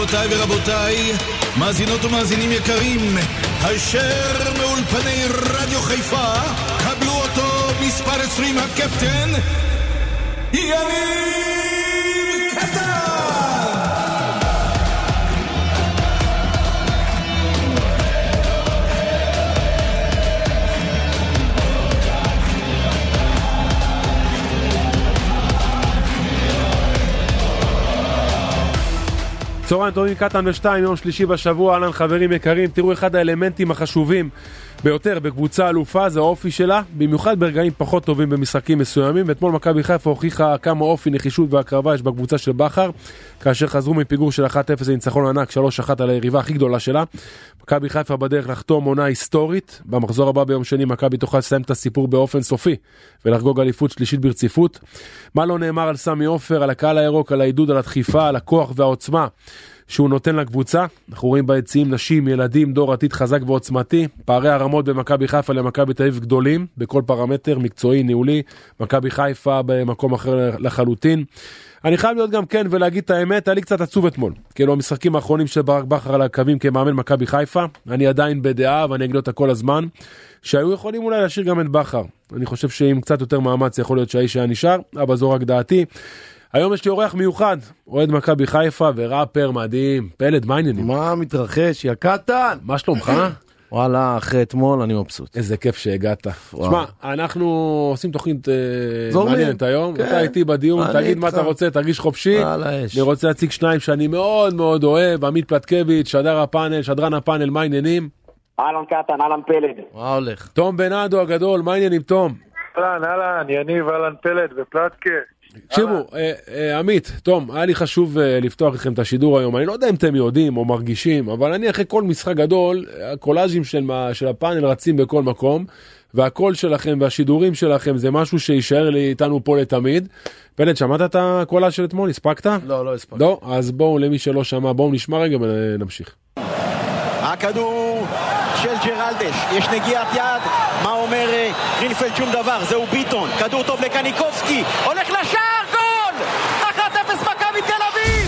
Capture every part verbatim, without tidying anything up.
גבירותיי ורבותיי, מאזינות ומאזינים יקרים, אשר מאולפני רדיו חיפה, קבלו אותו מספר עשרים הקפטן יניב קטן. צהריים טובים, קטן ושתיים, יום שלישי בשבוע. אהלן חברים יקרים, תראו, אחד האלמנטים החשובים ביותר בקבוצה אלופה זה האופי שלה, במיוחד ברגעים פחות טובים במשחקים מסוימים. ואתמול מכבי חיפה הוכיחה כמה אופי, נחישות והקרבה יש בקבוצה של בכר, כאשר חזרו מפיגור של אחת אפס לניצחון ענק שלוש אחת על היריבה הכי גדולה שלה. מכבי חיפה בדרך לחתום עונה היסטורית. במחזור הבא ביום שני מכבי תוכל לסיים את הסיפור באופן סופי ולחגוג אליפות שלישית ברציפות. מה לא נאמר על סמי עופר, על הקהל הירוק, על העידוד, על הדחיפה, על הכוח והעוצמה שהוא נותן לקבוצה. אנחנו רואים ביציעים נשים, ילדים, דור עתיד חזק ועוצמתי. פערי הרמות במכבי חיפה למכבי תל אביב גדולים בכל פרמטר, מקצועי, ניהולי. מכבי חיפה במקום אחר לחלוטין. אני חייב להיות גם כן ולהגיד את האמת, היה לי קצת עצוב אתמול. כאילו המשחקים האחרונים של ברק בכר על הקווים כמאמן מכבי חיפה, אני עדיין בדעה ואני אגיד אותה כל הזמן, שהיו יכולים אולי להשאיר גם את בכר. אני חושב שעם קצת יותר מאמץ יכול להיות שהאיש היה נשאר, אבל זו רק דעתי. היום יש לי אורח מיוחד, אוהד מכבי חיפה וראפר מדהים, פלד, מה העניינים? מה מתרחש, יא קטן? מה שלומך? וואלה, אחרי אתמול אני מבסוט. איזה כיף שהגעת. תשמע, אנחנו עושים תוכנית מעניינת היום, אתה איתי בדיון, תגיד מה אתה רוצה, תרגיש חופשי. אני רוצה להציג שניים שאני מאוד מאוד אוהב, עמית פלטקביץ', שדר הפאנל, שדרן הפאנל, מה העניינים? אהלן קטן, אהלן פלד. מה הולך? תום בנאדו הגדול, מה העניינים תום? אהלן, אהלן, יניב, אהלן פלד ופלטקה. תקשיבו, עמית, תום, היה לי חשוב לפתוח לכם את השידור היום. אני לא יודע אם אתם יודעים או מרגישים, אבל אני אחרי כל משחק גדול, הקולאז'ים של הפאנל רצים בכל מקום, והקול שלכם והשידורים שלכם זה משהו שישאר לי איתנו פה לתמיד. פלד, שמעת את הקולאז' של אתמול? הספקת? לא, לא הספקת. לא? אז בואו, למי שלא שמע, בואו נשמע רגע ונמשיך. הכדור של ג'רלדש, יש נגיעת יד, מה אומר גרינפלד? שום דבר, זהו ביטון, כדור טוב לקניקובסקי, הולך לשער, גול! אחת אפס מכבי תל אביב!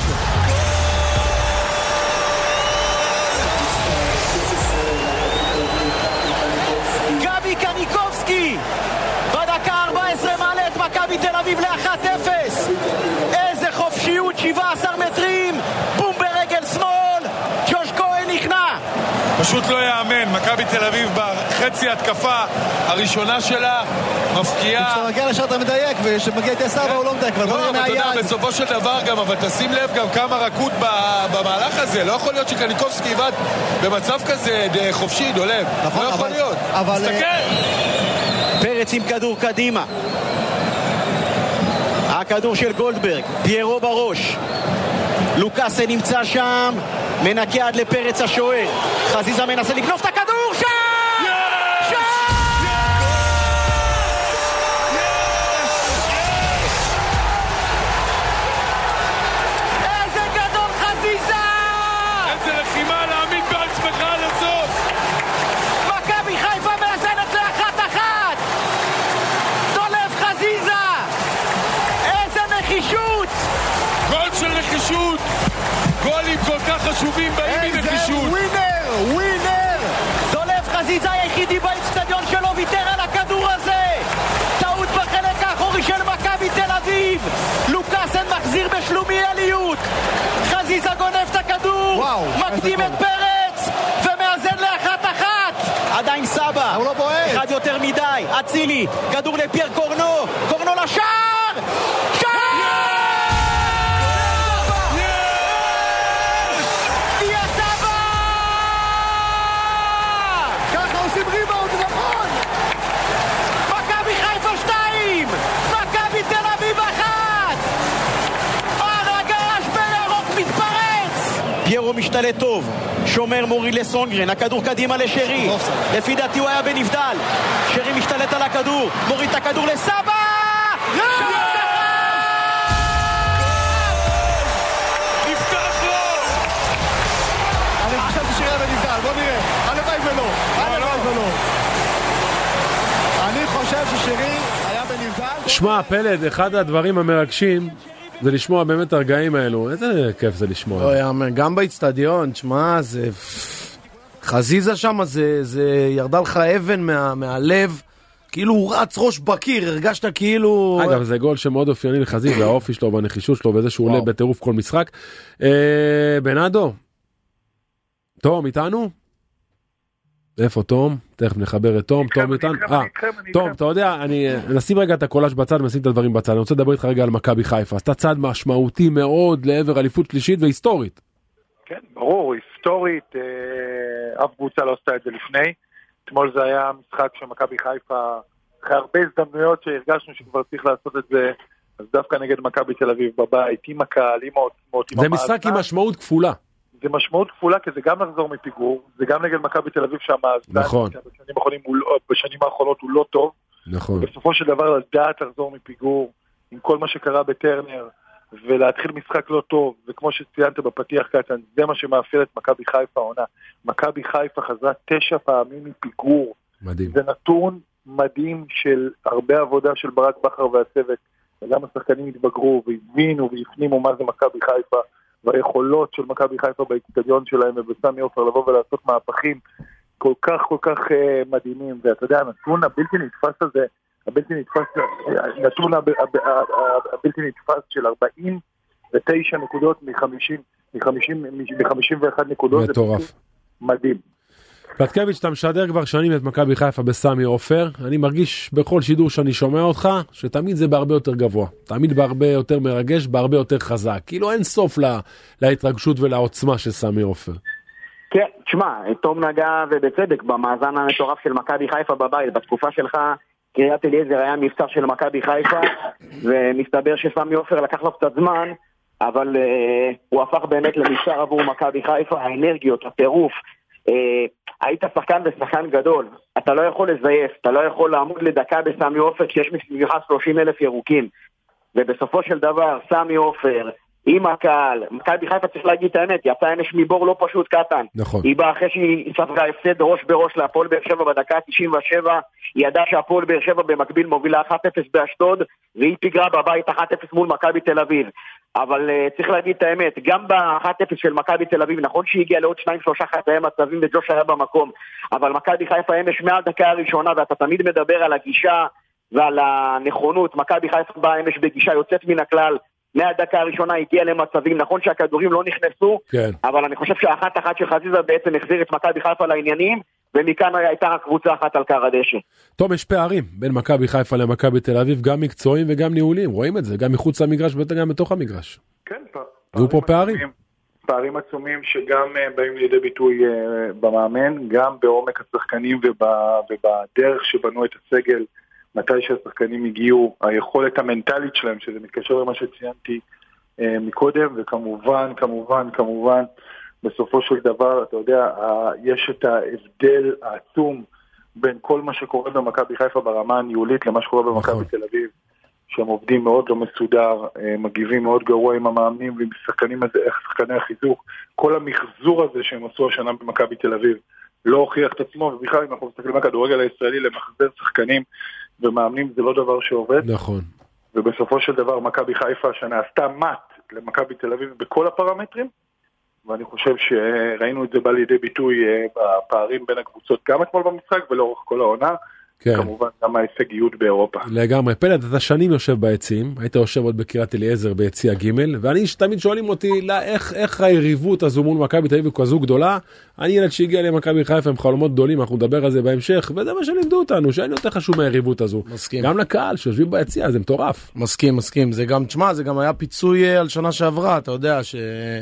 גבי קניקובסקי בדקה ארבע עשרה מעלה את מכבי תל אביב ל-אחת אפס. איזה חופשיות, שבעה עשר מטרים, בום ברגל שמאל, ג'וש כהן נכנע. פשוט לא יאמן, מכבי תל אביב בחצי התקפה הראשונה שלה מפקיעה. כשאתה מגיע לשם אתה מדייק, וכשמגיע את הסבא הוא לא מדייק, אבל לא, אבל אתה יודע, בסופו של דבר גם, אבל תשים לב גם כמה רכות במהלך הזה, לא יכול להיות שקניקובסקי יבד במצב כזה חופשי, דולב, לא יכול להיות. תסתכל! פרץ עם כדור קדימה, הכדור של גולדברג, פיירו בראש, לוקאסה נמצא שם, מנקה עד לפרץ השוער, חזיזה מנסה לגנוב את הכדור, שם! איזה גדול חזיזה! איזה לחימה להעמיד בעצמך על הסוף! מכבי חיפה מאזנת לאחת אחת! דולב חזיזה! איזה נחישות! גול של נחישות! גולים כל כך חשובים באים מנחישות! ווינר! ווינר! דולב חזיזה היחידי באצטדיון שלו ויתר על הכדור הזה! טעות בחלק האחורי של מכבי תל אביב! לוקאסן מחזיר בשלומיאליות! חזיזה גונב את הכדור! וואו, מקדים את פרץ! ומאזן לאחת אחת! עדיין סבא! הוא לא בועט! אחד יותר מדי! אצילי! כדור לפייר קורנו! קורנו לשער! שער! פיירו משתלט טוב, שומר מוריד לסונגרן, הכדור קדימה לשרי, לפי דעתי הוא היה בנבדל, שרי משתלט על הכדור, מוריד את הכדור לסבא! נפתח לו! אני חושב ששרי היה בנבדל, בוא נראה, הלוואי ולא, הלוואי ולא. אני חושב ששרי היה בנבדל. שמע, פלד, אחד הדברים המרגשים זה לשמוע באמת הרגעים האלו, איזה כיף זה לשמוע. גם באצטדיון, תשמע, זה חזיזה שם, זה ירדה לך אבן מהלב, כאילו הוא רץ ראש בקיר, הרגשת כאילו... אגב, זה גול שמאוד אופייני לחזיזה, האופי שלו והנחישות שלו, וזה שהוא עולה בטירוף כל משחק. בנאדו, תום, איתנו? איפה תום? תכף נחבר את תום, תום איתנו. אה, תום, אתה יודע, אני נשים רגע את הקולאז' בצד, נשים את הדברים בצד, אני רוצה לדבר איתך רגע על מכבי חיפה, עשתה צעד משמעותי מאוד לעבר אליפות שלישית והיסטורית. כן, ברור, היסטורית, אף קבוצה לא עשתה את זה לפני. אתמול זה היה משחק שמכבי חיפה, אחרי הרבה הזדמנויות שהרגשנו שכבר צריך לעשות את זה, אז דווקא נגד מכבי תל אביב בבית, עם הקהל, עם העוצמות, עם המאזנה. זה משחק עם משמעות כפולה. זה משמעות כפולה, כי זה גם לחזור מפיגור, זה גם נגד מכבי תל אביב שהמאזנה, נכון. בשנים האחרונות הוא לא, בשנים האחרונות הוא לא טוב. נכון. בסופו של דבר לדעת לחזור מפיגור, עם כל מה שקרה בטרנר, ולהתחיל משחק לא טוב, וכמו שציינת בפתיח קטן, זה מה שמאפיין את מכבי חיפה העונה. מכבי חיפה חזרה תשע פעמים מפיגור. מדהים. זה נתון מדהים של הרבה עבודה של ברק בכר והצוות, וגם השחקנים התבגרו והבינו והפנימו מה זה מכבי חיפה, והיכולות של מכבי חיפה באצטדיון שלהם ובסמי עופר לבוא ולעשות מהפכים כל כך כל כך uh, מדהימים. ואתה יודע, הנתון הבלתי נתפס הזה, הבלתי נתפס, הנתון הבלתי נתפס של ארבעים ותשע נקודות מ-חמישים, מ-חמישים ואחת נקודות, מטורף. מדהים. פלטקביץ', אתה משדר כבר שנים את מכבי חיפה בסמי עופר, אני מרגיש בכל שידור שאני שומע אותך, שתמיד זה בהרבה יותר גבוה, תמיד בהרבה יותר מרגש, בהרבה יותר חזק, כאילו אין סוף לה, להתרגשות ולעוצמה של סמי עופר. כן, תשמע, תום נגע ובצדק במאזן המטורף של מכבי חיפה בבית, בתקופה שלך קריית אליעזר היה מבצר של מכבי חיפה, ומסתבר שסמי עופר לקח לו קצת זמן, אבל uh, הוא הפך באמת למבצר עבור מכבי חיפה, האנרגיות, הטירוף, uh, היית שחקן ושחקן גדול, אתה לא יכול לזייף, אתה לא יכול לעמוד לדקה בסמי עופר כשיש מסביבך שלושים אלף ירוקים, ובסופו של דבר סמי עופר עם הקהל, מכבי חיפה צריך להגיד את האמת, יצא אמש מבור לא פשוט קטן. נכון. היא באה אחרי שהיא ספגה הפסד ראש בראש להפועל באר שבע בדקה תשעים ושבע, היא ידעה שהפועל באר שבע במקביל מובילה אחת אפס באשדוד, והיא פיגרה בבית אחת אפס מול מכבי תל אביב. אבל uh, צריך להגיד את האמת, גם ב-אחת אפס של מכבי תל אביב, נכון שהיא הגיעה לעוד שניים שלושה חטאי מצבים וג'וש היה במקום, אבל מכבי חיפה אמש מעל דקה הראשונה, ואתה תמיד מדבר על הגישה ועל הנכונות, מכבי חיפה באה אמש בגישה יוצאת מן הכלל, מהדקה הראשונה הגיעה למצבים, נכון שהכדורים לא נכנסו, כן. אבל אני חושב שהאחת אחת של חזיזה בעצם החזיר את מכבי חיפה לעניינים, ומכאן הייתה רק קבוצה אחת על קר הדשא. טוב, יש פערים בין מכבי חיפה למכבי תל אביב, גם מקצועיים וגם ניהוליים, רואים את זה, גם מחוץ למגרש וגם בתוך המגרש. כן, והוא פה פערים. פערים עצומים שגם באים לידי ביטוי במאמן, גם בעומק השחקנים ובדרך שבנו את הסגל, מתי שהשחקנים הגיעו, היכולת המנטלית שלהם, שזה מתקשר למה שציינתי אה, מקודם, וכמובן, כמובן, כמובן, בסופו של דבר, אתה יודע, ה- יש את ההבדל העצום בין כל מה שקורה במכבי חיפה ברמה הניהולית למה שקורה במכבי תל אביב, שהם עובדים מאוד לא מסודר, אה, מגיבים מאוד גרוע עם המאמנים ועם שחקנים הזה, איך שחקני החיזוק, כל המחזור הזה שהם עשו השנה במכבי תל אביב, לא הוכיח את עצמו, ובכלל אם אנחנו מסתכלים בכדורגל הישראלי למחזר שחקנים ומאמנים זה לא דבר שעובד. נכון. ובסופו של דבר מכבי חיפה השנה עשתה מת למכבי תל אביב בכל הפרמטרים, ואני חושב שראינו את זה בא לידי ביטוי בפערים בין הקבוצות גם אתמול במשחק ולאורך כל העונה. כן. כמובן גם ההישגיות באירופה. לגמרי. פלד, אתה שנים יושב ביציעים, היית יושב עוד בקריית אליעזר ביציע ג' ואני תמיד שואלים אותי, לא, איך, איך היריבות הזו מול מכבי תל אביב כזו גדולה? אני ילד שהגיע למכבי חיפה עם חלומות גדולים, אנחנו נדבר על זה בהמשך, וזה מה שלימדו אותנו, שאין יותר חשוב מהיריבות הזו. מסכים. גם לקהל שיושבים ביציע, זה מטורף. מסכים, מסכים. זה גם, תשמע, זה גם היה פיצוי על שנה שעברה, אתה יודע ש...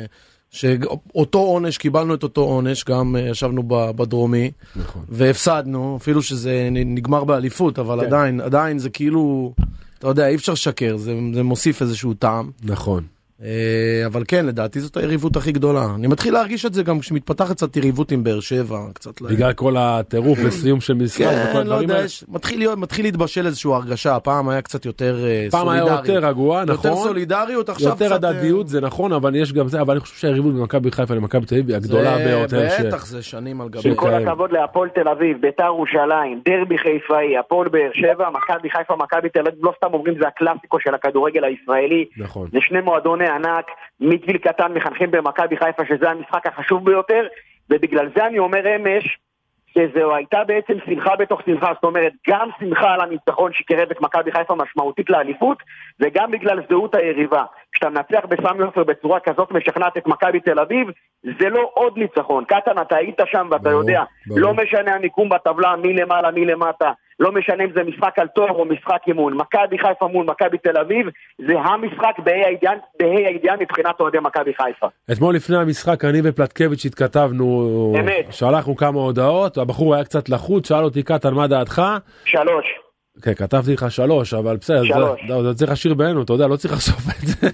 שאותו עונש, קיבלנו את אותו עונש, גם ישבנו בדרומי, נכון. והפסדנו, אפילו שזה נגמר באליפות, אבל כן. עדיין, עדיין זה כאילו, אתה יודע, אי אפשר לשקר, זה, זה מוסיף איזשהו טעם. נכון. אבל כן, לדעתי זאת היריבות הכי גדולה. אני מתחיל להרגיש את זה גם כשמתפתחת קצת יריבות עם באר שבע, קצת בגלל כל הטירוף וסיום של משחק וכל הדברים האלה. מתחיל להתבשל איזושהי הרגשה, הפעם היה קצת יותר סולידריות. פעם היה יותר רגוע, נכון. יותר סולידריות, עכשיו יותר הדדיות, זה נכון, אבל יש גם זה, אבל אני חושב שהיריבות במכבי חיפה למכבי תל אביב היא הגדולה ביותר. בטח, זה שנים על גבי. עם כל הכבוד להפועל תל אביב, בית"ר ירושלים, דרבי חיפאי, הפועל באר שבע, מכבי חיפה, מכבי תל אביב, לא סתם אומרים זה הקלאסיקו של הכדורגל הישראלי. נכון. זה שני מועדוני ענק, מגיל קטן מחנכים במכבי חיפה, שזה המשחק החשוב ביותר, ובגלל זה אני אומר אמש, שזו הייתה בעצם שמחה בתוך שמחה, זאת אומרת, גם שמחה על הניצחון שקרב את מכבי חיפה משמעותית לאליפות, וגם בגלל זהות היריבה. כשאתה מנצח בסמי עופר בצורה כזאת משכנעת את מכבי תל אביב, זה לא עוד ניצחון. קטן, אתה היית שם ואתה ברור, יודע, ברור. לא משנה המיקום בטבלה, מי למעלה, מי למטה, לא משנה אם זה משחק על תואר או משחק אימון. מכבי חיפה מול מכבי תל אביב, זה המשחק בה"א הידיעה מבחינת אוהדי מכבי חיפה. אתמול לפני המשחק, אני ופלטקביץ' התכתבנו, אמת. שלחנו כמה הודעות, הבחור היה קצת לחוץ, שאל אותי קטן, מה דעתך? שלוש. כן, כתבתי לך שלוש, אבל בסדר, זה צריך לשיר בינינו, אתה יודע, לא צריך לחשוף את זה.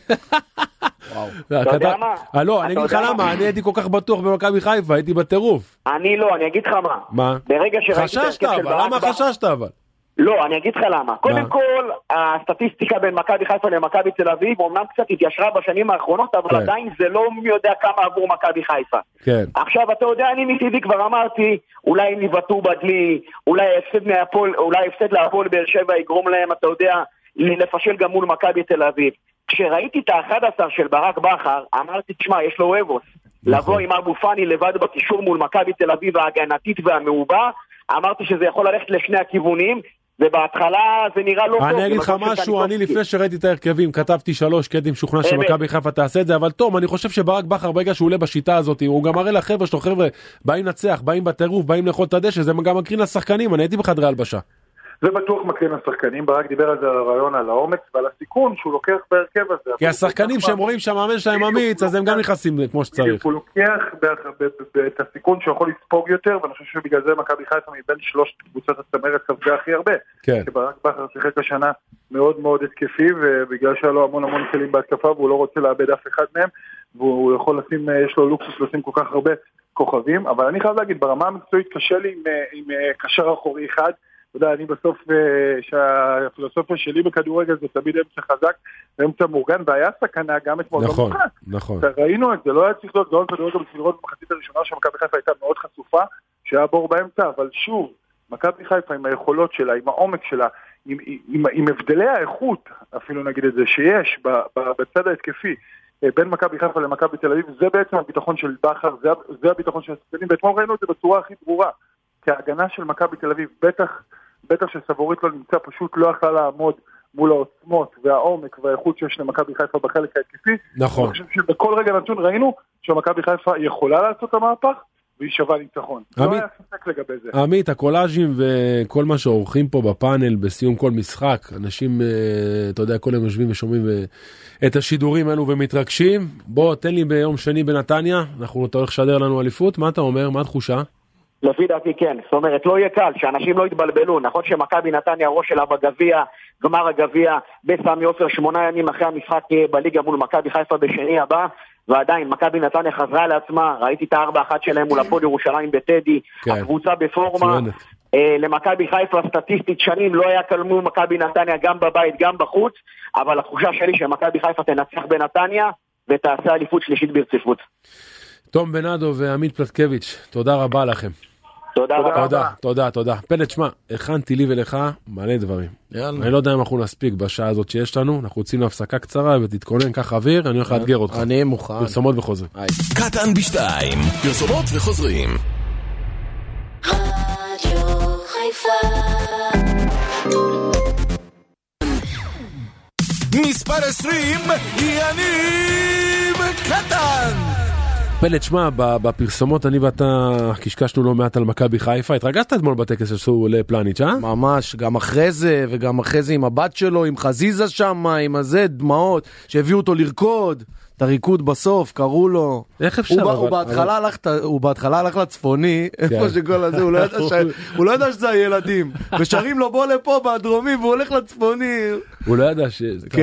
אתה יודע מה? לא, אני אגיד לך למה, אני הייתי כל כך בטוח במכבי חיפה, הייתי בטירוף. אני לא, אני אגיד לך מה. מה? חששת אבל, למה חששת אבל? לא, אני אגיד לך למה. קודם כל, הסטטיסטיקה בין מכבי חיפה למכבי תל אביב, אומנם קצת התיישרה בשנים האחרונות, אבל עדיין זה לא מי יודע כמה עבור מכבי חיפה. כן. עכשיו, אתה יודע, אני מטבעי כבר אמרתי, אולי הם יבטאו בדלי, אולי הפסד מהפועל, אולי הפסד להפועל באר שבע יגרום להם, אתה יודע, לפשל גם מול מכבי תל אביב. כשראיתי את ה-אחד עשר של ברק בכר, אמרתי, תשמע, יש לו אבוס. לבוא עם אבו פאני לבד בקישור מול מכבי תל אביב ההגנתית והמעובה, אמרתי שזה יכול ללכת לשני הכיוונים, ובהתחלה זה נראה לא טוב. אני אגיד לך משהו, אני לפני שראיתי את ההרכבים, כתבתי שלוש, כי הייתי משוכנע שמכבי חיפה תעשה את זה, אבל טוב, אני חושב שברק בכר ברגע שהוא עולה בשיטה הזאת, הוא גם מראה לחבר'ה שלו, חבר'ה, באים לנצח, באים בטירוף, באים לאכול את הדשא, זה גם מקרין לשחקנים, אני הייתי בחדרי הלבשה. זה בטוח מקרין לשחקנים, ברק דיבר על זה, על הרעיון, על העומק ועל הסיכון שהוא לוקח בהרכב הזה. כי השחקנים שהם רואים שהמאמן שלהם אמיץ, אז הם גם נכנסים כמו שצריך. הוא לוקח את הסיכון שיכול לספוג יותר, ואני חושב שבגלל זה מכבי חיפה מבין שלושת קבוצות הצמרת ספגה הכי הרבה. כי ברק בכר שיחק השנה מאוד מאוד התקפי, ובגלל שהיה לו המון המון כלים בהתקפה, והוא לא רוצה לאבד אף אחד מהם, והוא יכול לשים, יש לו לוקסוס לשים כל כך הרבה כוכבים, אבל אני חייב להגיד, ברמה המקצועית קשה לי עם קשר אחורי אחד, אתה יודע, אני בסוף, שהפילוסופיה שלי בכדורגל זה תמיד אמצע חזק, אמצע מורגן, והיה סכנה גם אתמול במשחק. נכון, נכון. ראינו את זה, לא היה צריך להיות גאון כדורגל בשביל לראות במחצית הראשונה שמכבי חיפה הייתה מאוד חשופה, שהיה בור באמצע, אבל שוב, מכבי חיפה עם היכולות שלה, עם העומק שלה, עם, עם, עם הבדלי האיכות, אפילו נגיד את זה, שיש בצד ההתקפי, בין מכבי חיפה למכבי תל אביב, זה בעצם הביטחון של בכר, זה, זה הביטחון של הספנים, ואתמול ראינו את זה בצורה הכי ברורה. כי ההגנה של מכבי תל אביב, בטח, בטח שסבורית לא נמצא, פשוט לא יכלה לעמוד מול העוצמות והעומק והאיכות שיש למכבי חיפה בחלק ההתקפי. נכון. אני חושב שבכל רגע נתון ראינו שמכבי חיפה יכולה לעשות את המהפך, והיא שווה ניצחון. לא היה ספק לגבי זה. עמית, הקולאז'ים וכל מה שעורכים פה בפאנל בסיום כל משחק, אנשים, אתה יודע, כל הם יושבים ושומעים את השידורים האלו ומתרגשים. בוא, תן לי ביום שני בנתניה, אנחנו אתה הולך לשדר לנו אליפות, מה אתה אומר? מה התחושה? לפי דעתי כן, זאת אומרת לא יהיה קל, שאנשים לא יתבלבלו, נכון שמכבי נתניה הראש שלה בגביע, גמר הגביע בסמי עופר שמונה ימים אחרי המשחק בליגה מול מכבי חיפה בשני הבא, ועדיין מכבי נתניה חזרה לעצמה, ראיתי את הארבע אחת שלהם מול הפועל ירושלים בטדי, כן. הקבוצה בפורמה, אה, למכבי חיפה סטטיסטית שנים לא היה קל מול מכבי נתניה גם בבית גם בחוץ, אבל התחושה שלי שמכבי חיפה תנצח בנתניה ותעשה אליפות שלישית ברציפות. תום בנאדו ועמית פלטקביץ', תודה רבה לכם. תודה רבה. תודה, תודה, תודה. פלט, שמה, הכנתי לי ולך מלא דברים. יאללה. אני לא יודע אם אנחנו נספיק בשעה הזאת שיש לנו, אנחנו רוצים להפסקה קצרה ותתכונן כך אוויר, אני הולך לאתגר אותך. אני מוכן. פרסומות וחוזרים. קטן בשתיים, פרסומות וחוזרים. רדיו חיפה. מספר עשרים, יניב קטן. פלט, שמה, בפרסומות אני ואתה קשקשנו לא מעט על מכבי חיפה, התרגשת אתמול בטקס שעשו לפלניץ', אה? ממש, גם אחרי זה, וגם אחרי זה עם הבת שלו, עם חזיזה שם, עם הזה, דמעות, שהביאו אותו לרקוד. את הריקוד בסוף, קראו לו. איך אפשר? הוא בהתחלה הלך, הוא בהתחלה הלך לצפוני, איפה שכל הזה, הוא לא ידע שזה הילדים. ושרים לו בוא לפה בדרומי, והוא הולך לצפוני. הוא לא ידע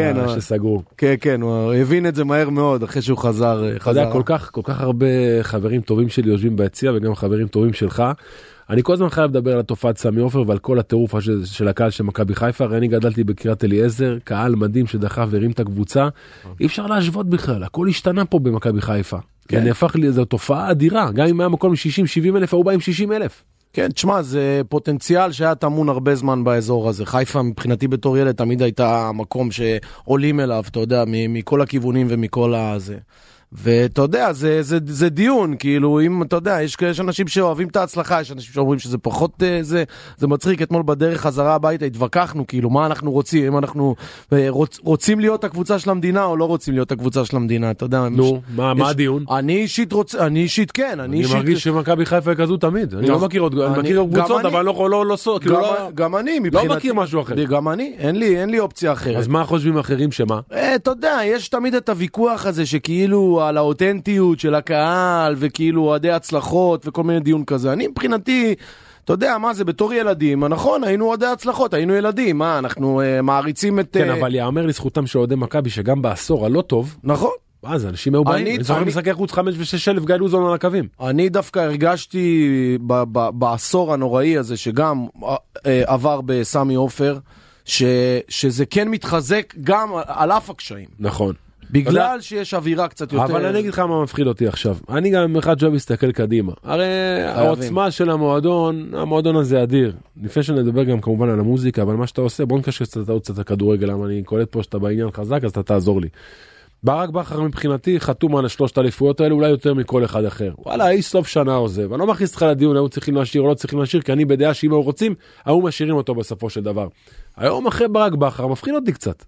שסגרו. כן, כן, הוא הבין את זה מהר מאוד, אחרי שהוא חזר. אתה יודע, כל כך הרבה חברים טובים שלי יושבים ביציע, וגם חברים טובים שלך. אני כל הזמן חייב לדבר על התופעת סמי עופר ועל כל הטירוף של, של הקהל של מכבי חיפה. אני גדלתי בקריית אליעזר, קהל מדהים שדחף והרים את הקבוצה. אי אפשר להשוות בכלל, הכל השתנה פה במכבי חיפה. כן. זה הפך לי, זו תופעה אדירה, גם אם היה מקום שישים שבעים אלף, הוא בא עם שישים אלף. כן, תשמע, זה פוטנציאל שהיה תמון הרבה זמן באזור הזה. חיפה מבחינתי בתור ילד תמיד הייתה מקום שעולים אליו, אתה יודע, מכל הכיוונים ומכל הזה. ואתה יודע, זה, זה, זה דיון, כאילו, אם אתה יודע, יש, יש אנשים שאוהבים את ההצלחה, יש אנשים שאומרים שזה פחות, זה, זה מצחיק. אתמול בדרך חזרה הביתה התווכחנו, כאילו, מה אנחנו רוצים, אם אנחנו רוצ, רוצים להיות הקבוצה של המדינה, או לא רוצים להיות הקבוצה של המדינה, אתה יודע. נו, יש, מה, יש, מה הדיון? אני אישית רוצה, אני אישית כן, אני, אני אישית... מרגיש שמכבי חיפה כזו תמיד, אני לא מכיר עוד, אני מכיר עוד קבוצות, אבל לא, לא, לא, סוד, גם, לא, גם אני, מבחינתי, לא מכיר משהו אחר. גם אני, אין לי, אין לי אופציה אחרת. אז מה חושבים אחרים שמה? אתה יודע, יש תמיד את הוויכוח הזה שכאילו על האותנטיות של הקהל וכאילו אוהדי הצלחות וכל מיני דיון כזה. אני מבחינתי, אתה יודע מה זה, בתור ילדים, נכון, היינו אוהדי הצלחות, היינו ילדים, מה, אנחנו uh, מעריצים את... כן, uh... אבל יאמר לזכותם של אוהדי מכבי שגם בעשור הלא טוב, נכון. מה זה, אנשים היו באים, אני זוכר משחקי חוץ חמש ושש אלף גיא לוזון על הקווים. אני דווקא הרגשתי ב- ב- בעשור הנוראי הזה, שגם uh, עבר בסמי עופר, ש- שזה כן מתחזק גם על אף הקשיים. נכון. בגלל שיש אווירה קצת יותר... אבל אני אגיד לך מה מפחיד אותי עכשיו. אני גם אחד שאוהב להסתכל קדימה. הרי העוצמה של המועדון, המועדון הזה אדיר. לפני שנדבר גם כמובן על המוזיקה, אבל מה שאתה עושה, בוא נקשר קצת עוד קצת הכדורגל, למה אני קולט פה שאתה בעניין חזק, אז אתה תעזור לי. ברק בכר מבחינתי חתום על השלושת האליפויות האלה, אולי יותר מכל אחד אחר. וואלה, איש סוף שנה עוזב. אני לא מכניס אותך לדיון, היו צריכים להשאיר או לא צריכים להשאיר, כי אני בדעה שאם היו רוצים, היו משאירים אותו בסופו של דבר. היום אחרי ברק בכר מפחיד אותי קצת.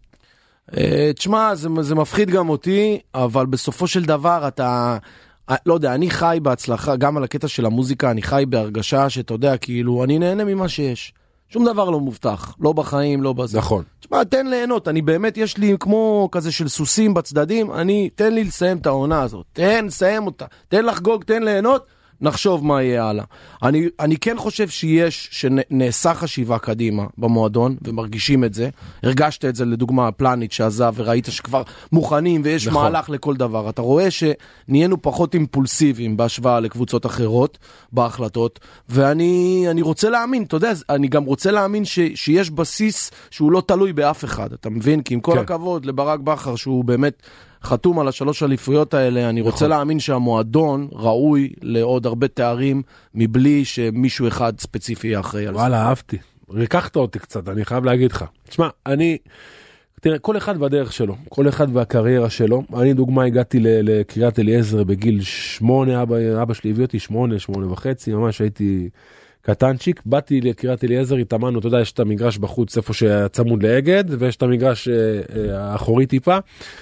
תשמע, זה, זה מפחיד גם אותי, אבל בסופו של דבר אתה, לא יודע, אני חי בהצלחה, גם על הקטע של המוזיקה, אני חי בהרגשה שאתה יודע, כאילו, אני נהנה ממה שיש. שום דבר לא מובטח, לא בחיים, לא בזה. נכון. תשמע, תן ליהנות, אני באמת, יש לי כמו כזה של סוסים בצדדים, אני, תן לי לסיים את העונה הזאת, תן, סיים אותה, תן לחגוג, תן ליהנות, נחשוב מה יהיה הלאה. אני, אני כן חושב שיש, שנעשה חשיבה קדימה במועדון, ומרגישים את זה. הרגשת את זה לדוגמה פלניץ' שעזב, וראית שכבר מוכנים, ויש נכון. מהלך לכל דבר. אתה רואה שנהיינו פחות אימפולסיביים, בהשוואה לקבוצות אחרות, בהחלטות, ואני אני רוצה להאמין, אתה יודע, אני גם רוצה להאמין ש, שיש בסיס, שהוא לא תלוי באף אחד, אתה מבין? כי עם כל כן. הכבוד לברק בכר, שהוא באמת... חתום על השלוש אליפויות האלה, אני רוצה להאמין שהמועדון ראוי לעוד הרבה תארים, מבלי שמישהו אחד ספציפי יהיה אחראי על זה. וואלה, אהבתי. ריקחת אותי קצת, אני חייב להגיד לך. תשמע, אני... תראה, כל אחד בדרך שלו, כל אחד והקריירה שלו. אני דוגמה, הגעתי לקריית אליעזר בגיל שמונה, אבא, אבא שלי הביא אותי שמונה, שמונה וחצי, ממש הייתי קטנצ'יק. באתי לקריית אליעזר, התאמנו, אתה יודע, יש את המגרש בחוץ, איפה שצמוד לאגד, ויש את המגרש האחורי טיפה.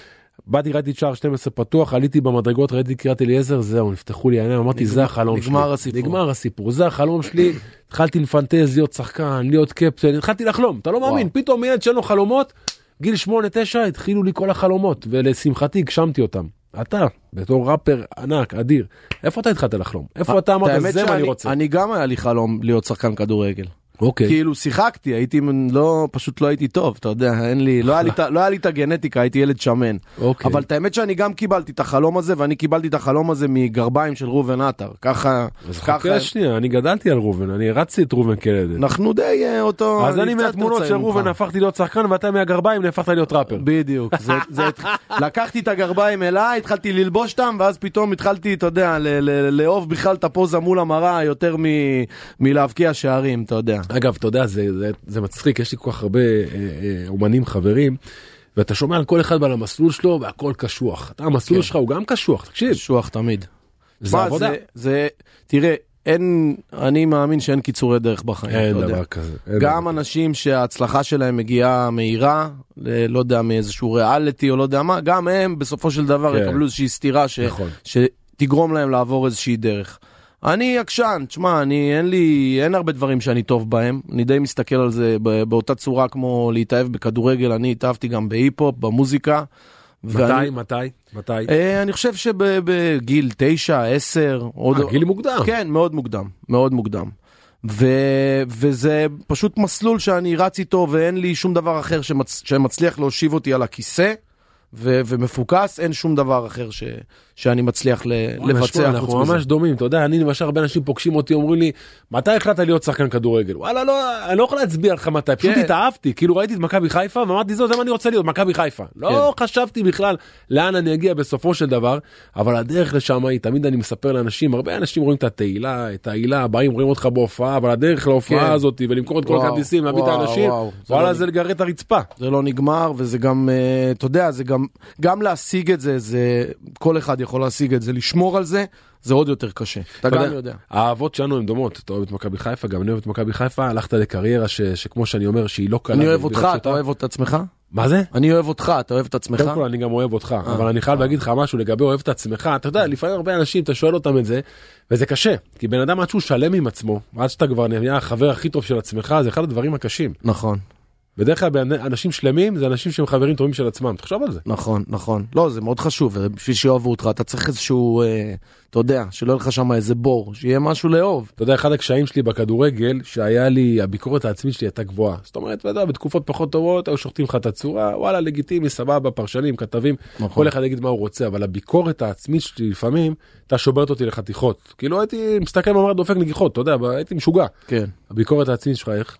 באתי, ראיתי את שער שתים עשרה פתוח, עליתי במדרגות, ראיתי קריית אליעזר, זהו, נפתחו לי העיניים, אמרתי, זה החלום שלי. נגמר הסיפור. נגמר הסיפור, זה החלום שלי, התחלתי לפנטז, להיות שחקן, להיות קפטן, התחלתי לחלום, אתה לא מאמין, פתאום ילד שאין לו חלומות, גיל שמונה תשע, התחילו לי כל החלומות, ולשמחתי הגשמתי אותם. אתה, בתור ראפר ענק, אדיר, איפה אתה התחלת לחלום? איפה אתה אמרת, זה מה אני רוצה? אני גם היה לי חלום להיות שחקן כדורגל. אוקיי. כאילו שיחקתי, הייתי לא, פשוט לא הייתי טוב, אתה יודע, אין לי, לא היה לי, לא היה לי את הגנטיקה, הייתי ילד שמן. אוקיי. אבל את האמת שאני גם קיבלתי את החלום הזה, ואני קיבלתי את החלום הזה מגרביים של רובן עטר. ככה, ככה. שנייה, אני גדלתי על רובן, אני רצתי את רובן כילד. אנחנו די אותו... אז אני מהתמונות של רובן הפכתי להיות שחקן, ואתה מהגרביים נהפכת להיות ראפר. בדיוק. זה, זה, לקחתי את הגרביים אליי, התחלתי ללבוש אותם, ואז פתאום התחלתי, אתה יודע, לאהוב בכלל את הפוזה מול המראה, יותר מלהבקיע שערים, אתה יודע. אגב, אתה יודע, זה, זה, זה מצחיק, יש לי כל כך הרבה אה, אה, אומנים חברים, ואתה שומע על כל אחד על המסלול שלו, והכל קשוח. אתה, המסלול כן. שלך הוא גם קשוח, תקשיב. קשוח תמיד. זה מה, עבודה. זה, זה, תראה, אין, אני מאמין שאין קיצורי דרך בחיים. אין לא דבר יודע. כזה. גם דבר. אנשים שההצלחה שלהם מגיעה מהירה, לא יודע, מאיזשהו ריאליטי או לא יודע מה, גם הם בסופו של דבר כן. יקבלו איזושהי סתירה ש, נכון. שתגרום להם לעבור איזושהי דרך. אני עקשן, תשמע, אני, אין לי, אין הרבה דברים שאני טוב בהם, אני די מסתכל על זה באותה צורה כמו להתאהב בכדורגל, אני התאהבתי גם בהיפ-הופ, במוזיקה, מתי, מתי, מתי? אני חושב שבגיל תשע, עשר, גיל מוקדם. כן, מאוד מוקדם, מאוד מוקדם. וזה פשוט מסלול שאני רץ איתו ואין לי שום דבר אחר שמצליח להושיב אותי על הכיסא. ו- ומפוקס, אין שום דבר אחר ש- שאני מצליח ל- לבצע. אנחנו ממש דומים, אתה יודע, אני למשל הרבה אנשים פוגשים אותי, אומרים לי, מתי החלטת להיות שחקן כדורגל? וואלה, לא, אני לא יכול להצביע לך מתי, פשוט התאהבתי, כאילו ראיתי את מכבי חיפה, ואמרתי, זה מה אני רוצה להיות, מכבי חיפה. לא חשבתי בכלל לאן אני אגיע בסופו של דבר, אבל הדרך לשם היא, תמיד אני מספר לאנשים, הרבה אנשים רואים את התהילה, את העילה, הבאים רואים אותך בהופעה, אבל הדרך להופעה הזאת, ולמכור את כל הכרטיסים, להביא את האנשים, וואלה, זה לגרד את הרצפה. זה לא נגמר, וזה גם, אתה יודע, זה גם, גם להשיג את זה, זה, כל אחד יכול להשיג את זה, לשמור על זה, זה עוד יותר קשה. אתה גם יודע. האהבות שלנו הן דומות, אתה אוהב את מכבי חיפה, גם אני אוהב את מכבי חיפה, הלכת לקריירה ש, שכמו שאני אומר, שהיא לא קלה. אני אוהב אותך, אתה אוהב את עצמך? מה זה? אני אוהב אותך, אתה אוהב את עצמך? קודם כל אני גם אוהב אותך, אבל אני חייב להגיד לך משהו לגבי אוהב את עצמך, אתה יודע, לפעמים הרבה אנשים, אתה שואל אותם את זה, וזה קשה, כי בן אדם עד שהוא שלם עם עצמו, עד שאתה כבר נהיה החבר הכי טוב של עצמך, זה אחד הדברים הקשים. נכון. בדרך כלל אנשים שלמים זה אנשים שהם חברים טובים של עצמם, תחשוב על זה. נכון, נכון. לא, זה מאוד חשוב, ובשביל שאוהבו אותך, אתה צריך איזשהו, אה, אתה יודע, שלא יהיה לך שם איזה בור, שיהיה משהו לאהוב. אתה יודע, אחד הקשיים שלי בכדורגל, שהיה לי, הביקורת העצמית שלי הייתה גבוהה. זאת אומרת, אתה יודע, בתקופות פחות טובות, היו שוחטים לך את הצורה, וואלה, לגיטימי, סבבה, פרשנים, כתבים, נכון. כל אחד יגיד מה הוא רוצה, אבל הביקורת העצמית שלי לפעמים, אתה שוברת אותי לחתיכות. כאילו הייתי מסתכל ממש דופק נגיחות, אתה יודע, הייתי משוגע. כן. הביקורת העצמית שלך, איך?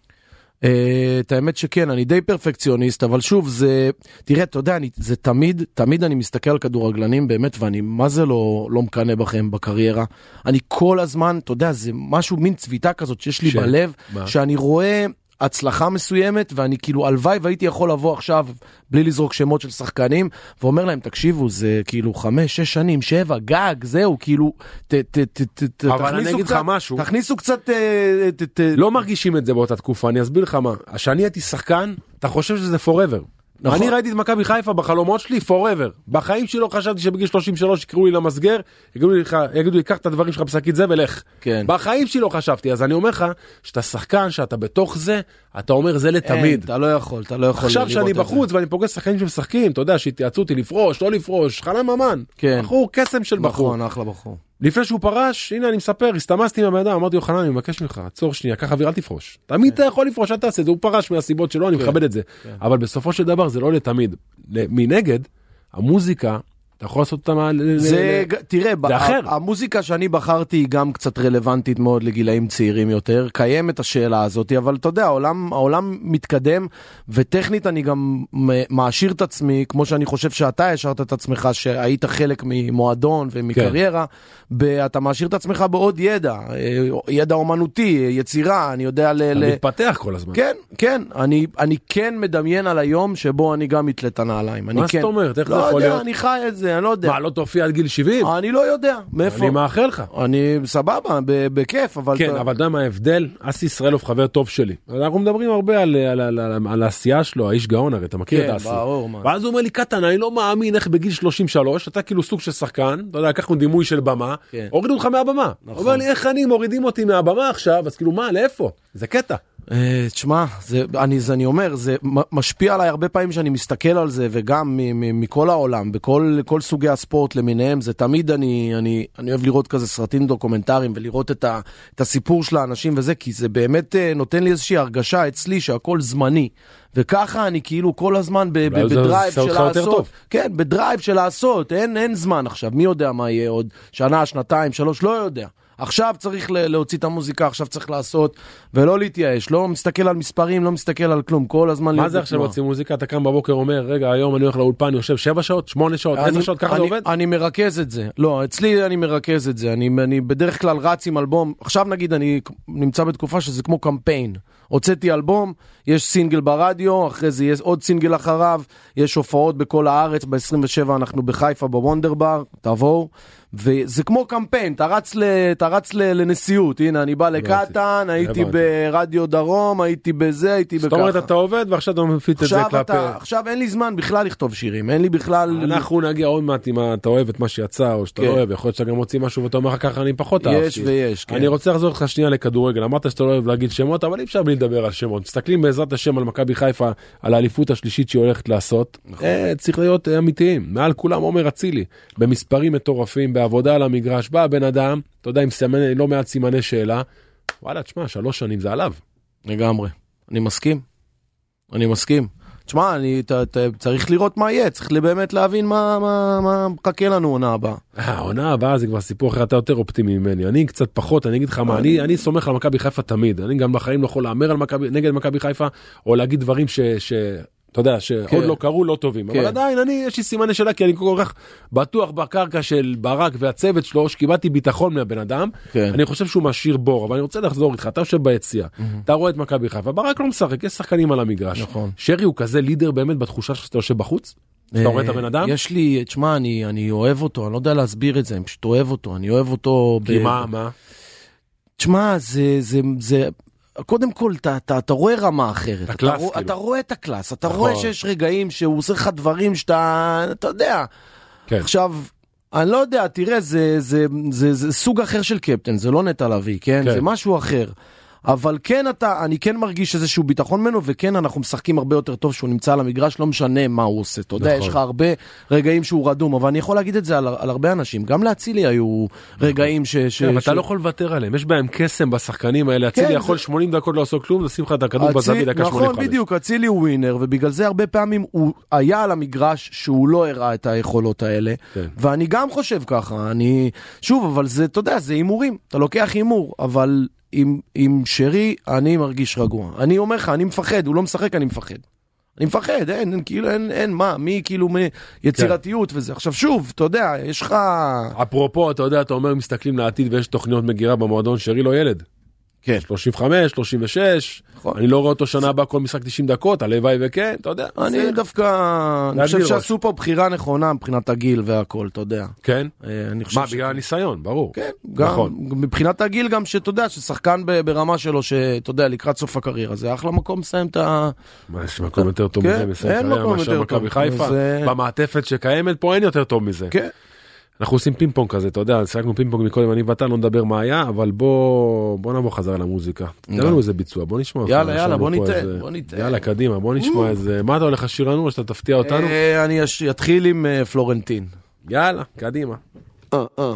את האמת שכן, אני די פרפקציוניסט, אבל שוב, זה, תראה, אתה יודע, אני, זה תמיד, תמיד אני מסתכל על כדורגלנים באמת, ואני, מה זה לא, לא מקנה בכם בקריירה? אני כל הזמן, אתה יודע, זה משהו, מין צביטה כזאת שיש לי ש... בלב, מה? שאני רואה הצלחה מסוימת, ואני כאילו, הלוואי והייתי יכול לבוא עכשיו, בלי לזרוק שמות של שחקנים, ואומר להם, תקשיבו, זה כאילו חמש, שש שנים, שבע, גג, זהו, כאילו, ת, ת, ת, ת, ת, אבל אני אגיד לך משהו. תכניסו קצת, ת, ת, לא מרגישים את זה באותה תקופה, אני אסביר לך מה. כשאני הייתי שחקן, אתה חושב שזה forever. נכון. אני ראיתי את מכבי חיפה בחלומות שלי forever. בחיים שלי לא חשבתי שבגיל שלושים ושלוש יקראו לי למסגר, יגידו לי, יגידו לי, קח את הדברים שלך בשקית זה ולך. כן. בחיים שלי לא חשבתי, אז אני אומר לך, שאתה שחקן, שאתה בתוך זה, אתה אומר זה לתמיד. אין, אתה לא יכול, אתה לא יכול. עכשיו שאני בחוץ ואני פוגש שחקנים שמשחקים, אתה יודע, שהתייעצו אותי לפרוש, לא לפרוש, חנן ממן. כן. בחור, קסם של בחור. נכון, אחלה בחור. לפני שהוא פרש, הנה אני מספר, הסתמסתי עם הבן אדם, אמרתי לו, חנן, אני מבקש ממך, עצור שנייה, ככה אוויר, אל תפרוש. תמיד אתה יכול לפרוש, אל תעשה, זה הוא פרש מהסיבות שלו, אני מכבד את זה. אבל בסופו של דבר זה לא לתמיד. מנגד, המוזיקה, אתה יכול לעשות אותה... זה, תראה, המוזיקה שאני בחרתי היא גם קצת רלוונטית מאוד לגילאים צעירים יותר, קיימת השאלה הזאת, אבל אתה יודע, העולם מתקדם, וטכנית אני גם מעשיר את עצמי, כמו שאני חושב שאתה השארת את עצמך, שהיית חלק ממועדון ומקריירה, אתה מעשיר את עצמך בעוד ידע, ידע אומנותי, יצירה, אני יודע... אתה מתפתח כל הזמן. כן, כן, אני כן מדמיין על היום שבו אני גם מתלת הנעליים. מה זאת אומרת? איך זה יכול להיות? אני חי את זה, אני לא יודע. מה, לא תופיע עד גיל שבעים? אני לא יודע, מאיפה? אני מאחל לך. אני סבבה, בכיף, אבל... כן, אבל אתה יודע מה ההבדל? אסי ישראלוב חבר טוב שלי. אנחנו מדברים הרבה על העשייה שלו, האיש גאון הרי, אתה מכיר את אסי. כן, ברור, מה. ואז הוא אומר לי, קטן, אני לא מאמין איך בגיל שלושים ושלוש, אתה כאילו סוג של שחקן, אתה יודע, לקחנו דימוי של במה, הורידו אותך מהבמה. הוא אומר לי, איך אני מורידים אותי מהבמה עכשיו? אז כאילו, מה, לאיפה? זה קטע. תשמע, אני, אני אומר, זה משפיע עליי הרבה פעמים שאני מסתכל על זה, וגם מכל העולם, בכל כל סוגי הספורט למיניהם, זה תמיד אני, אני, אני אוהב לראות כזה סרטים דוקומנטריים, ולראות את, ה, את הסיפור של האנשים וזה, כי זה באמת נותן לי איזושהי הרגשה אצלי שהכל זמני, וככה אני כאילו כל הזמן בדרייב של לעשות, כן, בדרייב של לעשות, אין, אין זמן עכשיו, מי יודע מה יהיה עוד שנה, שנתיים, שלוש, לא יודע. עכשיו צריך להוציא את המוזיקה, עכשיו צריך לעשות, ולא להתייאש, לא מסתכל על מספרים, לא מסתכל על כלום, כל הזמן... מה זה עכשיו להוציא מוזיקה? אתה קם בבוקר אומר, רגע, היום אני הולך לאולפן, אני יושב שבע שעות, שמונה שעות, עשר שעות, ככה זה עובד? אני מרכז את זה, לא, אצלי אני מרכז את זה, אני בדרך כלל רץ עם אלבום, עכשיו נגיד אני נמצא בתקופה שזה כמו קמפיין, הוצאתי אלבום, יש סינגל ברדיו, אחרי זה יש עוד סינגל אחריו, יש הופעות בכל הארץ, ב-עשרים ושבע אנחנו בחיפה בוונדר בר, תבואו, וזה כמו קמפיין, אתה רץ, ל, אתה רץ ל, לנשיאות, הנה אני בא לקטן, הייתי ברדיו דרום, הייתי בזה, הייתי בככה. זאת אומרת אתה עובד ועכשיו אתה מפיץ את זה כלפי... עכשיו אין לי זמן בכלל לכתוב שירים, אין לי בכלל... אנחנו נגיע עוד מעט אם אתה אוהב את מה שיצא או שאתה לא אוהב, יכול להיות שאתה גם מוציא משהו ואתה אומר ככה אני פחות אהבתי. יש ויש, כן. אני רוצה לחזור לך שנייה לכדורגל, אמרת שאתה לא אוהב להגיד שמות, אבל אי אפשר בלי לדבר על שמות. מסתכלים בעזרת השם על מכבי חיפה, על האליפות השלישית שהיא הולכת לעשות, צריך להיות אמיתיים. מעל כולם עומר אצילי, במספרים מטורפים, בעבודה על המגרש, בא הבן אדם, אתה יודע, עם סימני, לא מעט סימני שאלה, וואלה, תשמע, שלוש שנים זה עליו. לגמרי. אני מסכים. אני מסכים. תשמע, אני ת, ת, צריך לראות מה יהיה, צריך באמת להבין מה, מה, מה מחכה לנו עונה הבאה. העונה הבאה זה כבר סיפור אחר, אתה יותר אופטימי ממני. אני קצת פחות, אני אגיד לך מה, אני, אני סומך על מכבי חיפה תמיד. אני גם בחיים לא יכול לאמר על מכבי, נגד מכבי חיפה, או להגיד דברים ש... ש... אתה יודע, שעוד לא קראו לא טובים, אבל עדיין אני, יש לי סימני שאלה, כי אני כל כך בטוח בקרקע של ברק והצוות שלו, שקיבלתי ביטחון מהבן אדם, אני חושב שהוא משאיר בור, אבל אני רוצה לחזור איתך, אתה יושב ביציאה, אתה רואה את מכבי חיפה, ברק לא משחק, יש שחקנים על המגרש, שרי הוא כזה לידר באמת בתחושה שאתה יושב בחוץ? אתה רואה את הבן אדם? יש לי, תשמע, אני אוהב אותו, אני לא יודע להסביר את זה, אני פשוט אוהב אותו, אני אוהב אותו... כי מה, מה? תשמע, זה... קודם כל, אתה, אתה, אתה רואה רמה אחרת. הקלאס, אתה, כאילו. אתה רואה את הקלאס, אתה רואה שיש רגעים שהוא עושה לך דברים שאתה, אתה יודע. כן. עכשיו, אני לא יודע, תראה, זה, זה, זה, זה סוג אחר של קפטן, זה לא נטע לביא, כן? כן. זה משהו אחר. אבל כן אתה, אני כן מרגיש איזשהו ביטחון ממנו, וכן אנחנו משחקים הרבה יותר טוב שהוא נמצא על המגרש, לא משנה מה הוא עושה. אתה יודע, יש לך הרבה רגעים שהוא רדום, אבל אני יכול להגיד את זה על, על הרבה אנשים. גם להצילי היו רגעים ש... ש כן, ש... אתה לא יכול לוותר עליהם. יש בהם קסם בשחקנים האלה. אצילי יכול שמונים דקות לא לעשות כלום, לשים לך את הכדור בזווית דקה שמונים וחמש. נכון, בדיוק, אצילי הוא ווינר, ובגלל זה הרבה פעמים הוא היה על המגרש שהוא לא הראה את היכולות האלה. ואני גם חושב ככה. אני... שוב, אבל זה, אתה יודע, זה אימורים. אתה לוקח אימור, אבל... עם, עם שרי אני מרגיש רגוע. אני אומר לך, אני מפחד, הוא לא משחק, אני מפחד. אני מפחד, אין, אין, כאילו, אין, אין, מה, מי, כאילו, מי, יצירתיות וזה. עכשיו, שוב, אתה יודע, יש לך... אפרופו, אתה יודע, אתה אומר, מסתכלים לעתיד ויש תוכניות מגירה במועדון, שרי לא ילד. כן. שלושים וחמש, שלושים ושש, אני לא רואה אותו שנה הבאה כל משחק תשעים דקות, הלוואי וכן, אתה יודע. אני דווקא, אני חושב שעשו פה בחירה נכונה מבחינת הגיל והכל, אתה יודע. כן? מה, בגלל הניסיון, ברור. כן, גם מבחינת הגיל גם שאתה יודע, ששחקן ברמה שלו, שאתה יודע, לקראת סוף הקריירה, זה אחלה מקום מסיים את ה... מה, יש מקום יותר טוב מזה, מסיים קריירה, מאשר מכבי חיפה. במעטפת שקיימת פה אין יותר טוב מזה. כן. אנחנו עושים פינג פונג כזה, אתה יודע, שחקנו פינג פונג מקודם, אני ואתה לא נדבר מה היה, אבל בוא, בוא נבוא חזרה למוזיקה. תן לנו איזה ביצוע, בוא נשמע. יאללה, יאללה, בוא ניתן, בוא ניתן. יאללה, קדימה, בוא נשמע איזה, מה אתה הולך לשיר לנו, או שאתה תפתיע אותנו? אני אתחיל עם פלורנטין. יאללה, קדימה. אה, אה.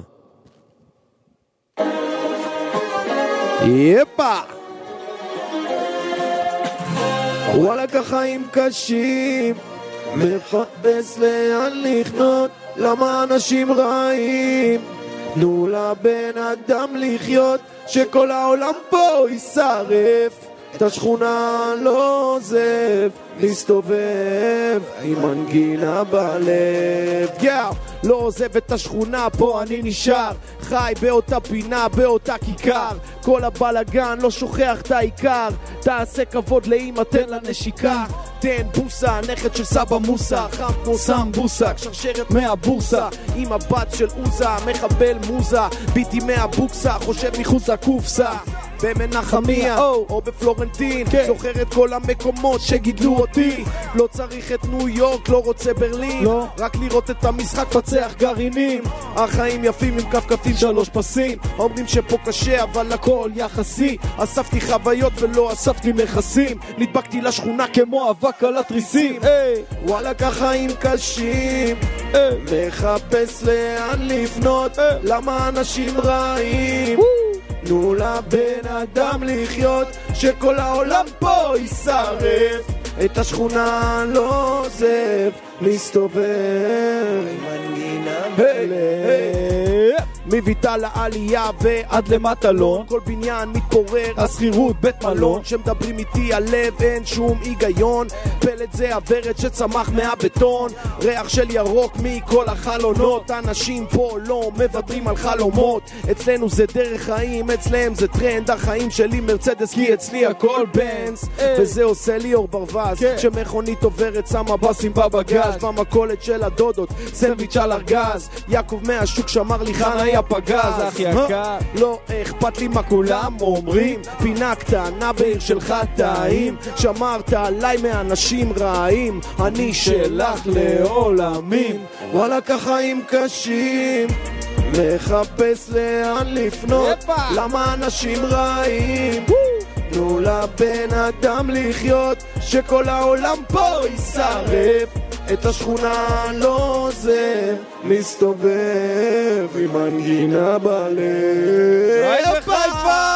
יפה! וואלה כחיים קשים, מחפש לאן לחנות, למה אנשים רעים? תנו לבן אדם לחיות, שכל העולם פה יישרף, את השכונה לא עוזב, מסתובב עם מנגינה בלב. יאו, לא עוזב את השכונה, פה אני נשאר, חי באותה פינה, באותה כיכר, כל הבלגן לא שוכח את העיקר, תעשה כבוד לאמא, תן לה נשיקה, תן בוסה, נכד של סבא מוסה, חם כמו סמבוסה, שרשרת מהבורסה, עם הבת של עוזה, מחבל מוזה, ביטי מהבוקסה, חושב מחוץ לקופסה, במנחמיה או, או בפלורנטין, כן. זוכר את כל המקומות שגידלו אותי, לא צריך את ניו יורק, לא רוצה ברלין, לא. רק לראות את המשחק פצח גרעינים, החיים יפים עם כפכפים שלוש פסים, אומרים שפה קשה אבל הכל יחסי, אספתי חוויות ולא אספתי נכסים, נדבקתי לשכונה כמו אבק על התריסים, hey. וואלה כחיים קשים, hey. מחפש לאן לפנות, hey. למה אנשים רעים, Woo. תנו לבן אדם לחיות, שכל העולם פה יישרף, את השכונה לא עוזב, מסתובב עם מנגינה בלב, מביטה לעלייה ועד למטלון, כל בניין מתפורר, הסחירות בית מלון, שמדברים איתי על לב אין שום היגיון, פלט זה עברת שצמח מהבטון, ריח של ירוק מכל החלונות, אנשים פה לא מוותרים על חלומות, אצלנו זה דרך חיים, אצלם זה טרנד, החיים שלי מרצדס כי אצלי הכל בנס, וזה עושה לי אור ברווז, שמכונית עוברת שמה בסים בבגז, במקולת של הדודות סנדוויץ' על ארגז, יעקב מהשוק שמר לי חנה היה פגז, אח יקר לא אכפת לי מה כולם אומרים, פינה קטנה בעיר שלך טעים, שמרת עליי מאנשים רעים, אני שלך לעולמים, וואלה כחיים קשים, מחפש לאן לפנות, למה אנשים רעים, תנו לבן אדם לחיות, שכל העולם פה יישרף, את השכונה לא עוזב, מסתובב עם מנגינה בלב. היי בחיפה!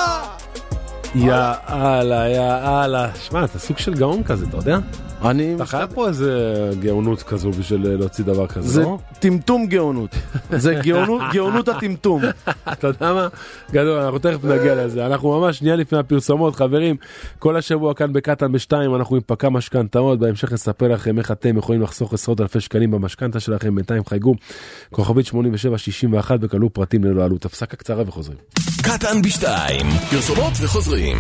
יאללה, יאללה. שמע, אתה סוג של גאון כזה, אתה יודע? אני... אתה חייב פה איזה גאונות כזו בשביל להוציא דבר כזה, לא? זה טמטום גאונות. זה גאונות הטמטום. אתה יודע מה? גדול, אנחנו תכף נגיע לזה. אנחנו ממש שנייה לפני הפרסומות, חברים. כל השבוע כאן בקטן בשתיים, אנחנו עם פקה משכנתאות. בהמשך נספר לכם איך אתם יכולים לחסוך עשרות אלפי שקלים במשכנתה שלכם. בינתיים חייגו כוכבית שמונים ושבע שישים ואחת וקלו פרטים ללא עלות. הפסקה קצרה וחוזרים. קטן בשתיים, פרסומות וחוזרים.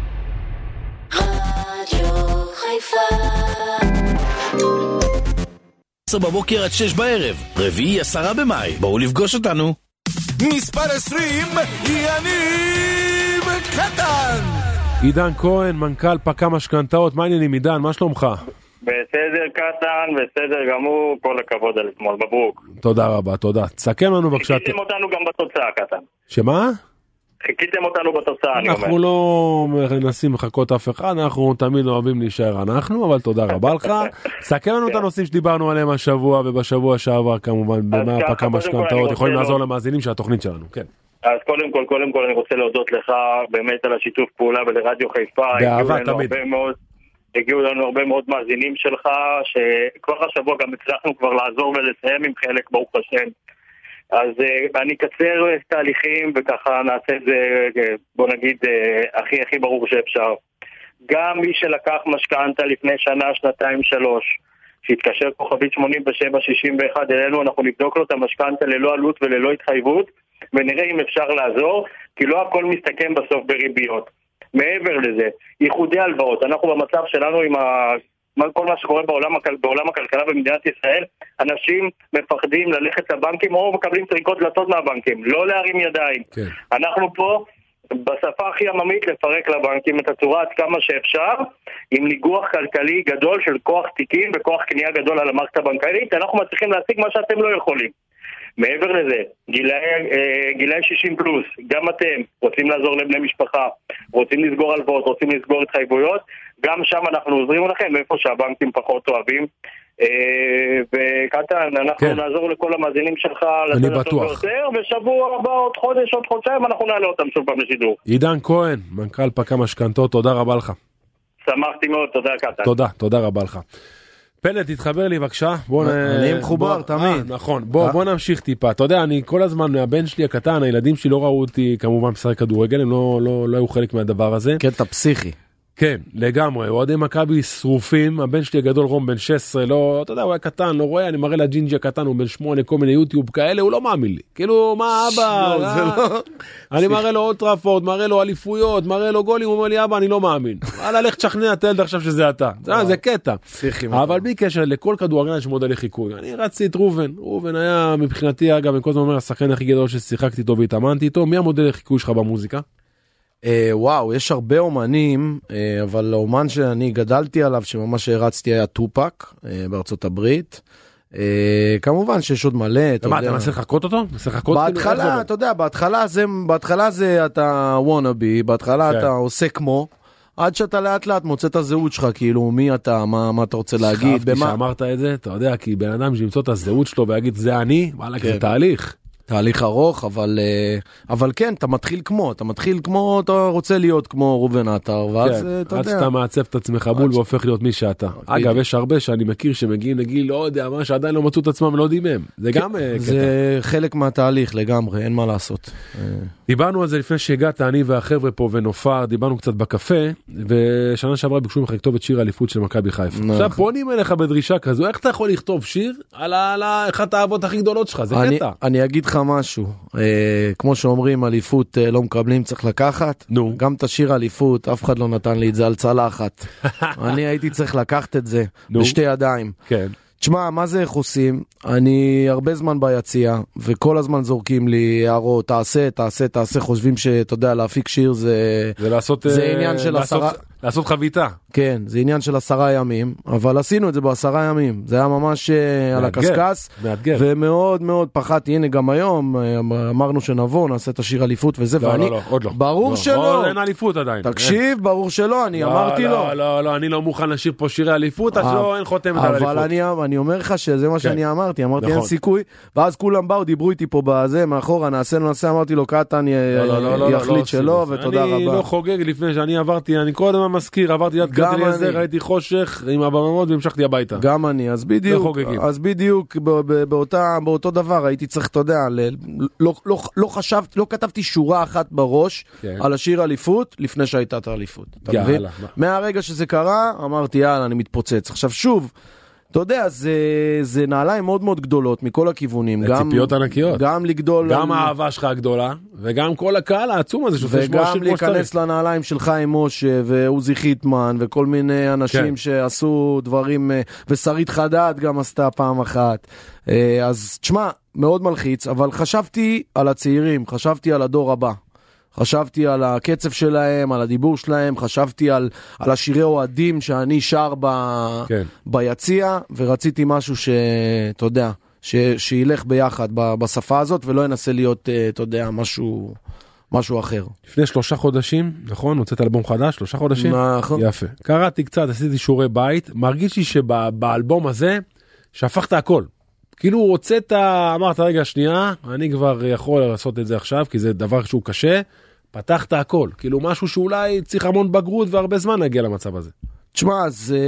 עשר בבוקר עד שש בערב, רביעי עשרה במאי, בואו לפגוש אותנו. מספר עשרים, יניב קטן. עידן כהן, מנכ"ל פקה משכנתאות, מה העניינים עידן, מה שלומך? בסדר קטן, בסדר גמור, כל הכבוד על אתמול, מברוק. תודה רבה, תודה. תסכם לנו בבקשה. חיכיתם אותנו גם בתוצאה קטן. שמה? חיכיתם אותנו בתוצאה, אני אומר. אנחנו לא מנסים לחכות אף אחד, אנחנו תמיד אוהבים להישאר אנחנו, אבל תודה רבה לך. סכם לנו את הנושאים שדיברנו עליהם השבוע ובשבוע שעבר כמובן, במה פקה משכנתאות, יכולים לעזור למאזינים של התוכנית שלנו, כן. אז קודם כל, קודם כל אני רוצה להודות לך באמת על השיתוף פעולה ולרדיו חיפה. באהבה תמיד. הגיעו לנו הרבה מאוד מאזינים שלך, שכבר השבוע גם הצלחנו כבר לעזור ולסיים עם חלק, ברוך השם. אז uh, אני אקצר תהליכים וככה נעשה את זה, בוא נגיד, uh, הכי הכי ברור שאפשר. גם מי שלקח משכנתה לפני שנה, שנתיים, שלוש, שהתקשר כוכבית שמונים ושבע שישים ואחת אלינו, אנחנו נבדוק לו את המשכנתה ללא עלות וללא התחייבות, ונראה אם אפשר לעזור, כי לא הכל מסתכם בסוף בריביות. מעבר לזה, ייחודי הלוואות, אנחנו במצב שלנו עם ה... כל מה שקורה בעולם, בעולם הכלכלה במדינת ישראל, אנשים מפחדים ללכת לבנקים או מקבלים טריקות דלתות מהבנקים, לא להרים ידיים. כן. אנחנו פה בשפה הכי עממית לפרק לבנקים את הצורה עד כמה שאפשר, עם ניגוח כלכלי גדול של כוח תיקים וכוח קנייה גדול על המערכת הבנקאית, אנחנו מצליחים להשיג מה שאתם לא יכולים. מעבר לזה, גילאי, גילאי שישים פלוס, גם אתם רוצים לעזור לבני משפחה, רוצים לסגור הלוואות, רוצים לסגור התחייבויות, גם שם אנחנו עוזרים לכם, איפה שהבנקים פחות אוהבים. וקטן, אנחנו כן. נעזור לכל המאזינים שלך אני בטוח. ביותר, ושבוע הבא, עוד חודש, עוד חודשיים, אנחנו נעלה אותם שוב פעם לשידור. עידן כהן, מנכ"ל פקה משכנתאות, תודה רבה לך. שמחתי מאוד, תודה קטן. תודה, תודה רבה לך. פלט, תתחבר לי בבקשה. אני מחובר תמיד. נכון, בוא נמשיך טיפה. אתה יודע, אני כל הזמן, הבן שלי הקטן, הילדים שלי לא ראו אותי כמובן משחק כדורגל, הם לא היו חלק מהדבר הזה. קטע פסיכי. כן, לגמרי, אוהדי מכבי שרופים, הבן שלי הגדול רום בן שש עשרה, לא, אתה יודע, הוא היה קטן, לא רואה, אני מראה לג'ינג'י הקטן, הוא בן שמונה, כל מיני יוטיוב כאלה, הוא לא מאמין לי. כאילו, מה אבא? אני מראה לו אולטראפורד, מראה לו אליפויות, מראה לו גולים, הוא אומר לי, אבא, אני לא מאמין. הלאה, לך תשכנע את הילד עכשיו שזה אתה. זה קטע. אבל בלי קשר, לכל כדורגלן יש מודל לחיקוי. אני רצתי את רובן, רובן היה מבחינתי, אגב, אני כל הזמן אומר, השחקן הכי גדול ששיחקתי איתו והתאמנתי איתו. מי המודל לחיקוי שלך במוזיקה? וואו, יש הרבה אומנים, אבל האומן שאני גדלתי עליו, שממש הרצתי, היה טופק בארצות הברית. כמובן שיש עוד מלא, אתה יודע. אתה מנסה לחכות אותו? בהתחלה, אתה יודע, בהתחלה זה אתה וונאבי, בהתחלה אתה עושה כמו, עד שאתה לאט לאט מוצא את הזהות שלך, כאילו מי אתה, מה אתה רוצה להגיד. חפתי שאמרת את זה, אתה יודע, כי בן אדם שימצוא את הזהות שלו ויגיד זה אני, וואלה, זה תהליך. תהליך ארוך, אבל, אבל כן, אתה מתחיל כמו, אתה מתחיל כמו, אתה רוצה להיות כמו רובן עטר, ואז כן, אתה עד יודע. שאתה מעצב את עצמך בול והופך להיות מי שאתה. אגב, יש הרבה שאני מכיר שמגיעים לגיל, לא יודע, מה שעדיין לא מצאו את עצמם ולא יודעים מהם. זה גם קטע. זה חלק מהתהליך לגמרי, אין מה לעשות. דיברנו על זה לפני שהגעת, אני והחבר'ה פה ונופר, דיברנו קצת בקפה, ושנה שעברה ביקשו ממך לכתוב את שיר האליפות של מכבי חיפה. עכשיו פונים אליך בדרישה כזו, איך אתה יכול לכתוב שיר על אחת האהבות הכי גדולות שלך? זה קטע. אני אגיד לך משהו, כמו שאומרים, אליפות לא מקבלים, צריך לקחת. נו. גם את השיר האליפות, אף אחד לא נתן לי את זה על צלחת. אני הייתי צריך לקחת את זה בשתי ידיים. כן. תשמע, מה זה איך עושים? אני הרבה זמן ביציאה, וכל הזמן זורקים לי הערות, תעשה, תעשה, תעשה, חושבים שאתה יודע, להפיק שיר זה... זה לעשות... זה עניין של לעשות, עשרה... לעשות חביתה. כן, זה עניין של עשרה ימים, אבל עשינו את זה בעשרה ימים. זה היה ממש מאתגר, על הקסקס. מאתגר. ומאוד מאוד פחדתי. הנה, גם היום אמרנו שנבוא, נעשה את השיר אליפות וזה, לא, ואני... לא, לא, עוד לא. ברור לא, שלא. עוד אין אליפות עדיין. תקשיב, אין. ברור שלא, אני לא, אמרתי לא, לו. לא, לא, לא, אני לא מוכן לשיר פה שירי אליפות, אז לא, אין חותמת על אליפות. אבל אני, אני אומר לך שזה מה שאני אמרתי, אמרתי אין סיכוי, ואז כולם באו, דיברו איתי פה בזה, מאחורה, נעשה, נעשה, אמרתי לו, קטן יחליט שלו, ותודה רבה. אני לא חוגג לפני שאני עברתי, אני קודם מזכיר, עברתי יד קטן לזה, ראיתי חושך עם הבמות והמשכתי הביתה. גם אני, אז בדיוק, אז בדיוק באותו דבר, הייתי צריך, אתה יודע, לא חשבתי, לא כתבתי שורה אחת בראש על השיר אליפות, לפני שהייתה את האליפות. אתה מבין? מהרגע שזה קרה, אמרתי, יאללה, אני מתפוצץ. עכשיו שוב, אתה יודע, זה, זה נעליים מאוד מאוד גדולות מכל הכיוונים. זה גם, ציפיות ענקיות. גם לגדול... גם על... האהבה שלך הגדולה, וגם כל הקהל העצום הזה שופש כמו וגם להיכנס לנעליים של חיים משה, ועוזי חיטמן, וכל מיני אנשים כן. שעשו דברים, ושרית חדד גם עשתה פעם אחת. אז תשמע, מאוד מלחיץ, אבל חשבתי על הצעירים, חשבתי על הדור הבא. חשבתי על הקצב שלהם, על הדיבור שלהם, חשבתי על, על השירי אוהדים שאני שר ב, כן. ביציע, ורציתי משהו שאתה יודע, ש, שילך ביחד ב, בשפה הזאת, ולא ינסה להיות, אתה יודע, משהו, משהו אחר. לפני שלושה חודשים, נכון? הוצאת אלבום חדש, שלושה חודשים? נכון. יפה. קראתי קצת, עשיתי שיעורי בית, מרגיש לי שבאלבום הזה, שהפכת הכל. כאילו הוא רוצה את ה... אמרת, רגע, שנייה, אני כבר יכול לעשות את זה עכשיו, כי זה דבר שהוא קשה, פתחת הכל. כאילו משהו שאולי צריך המון בגרות והרבה זמן להגיע למצב הזה. תשמע, זה...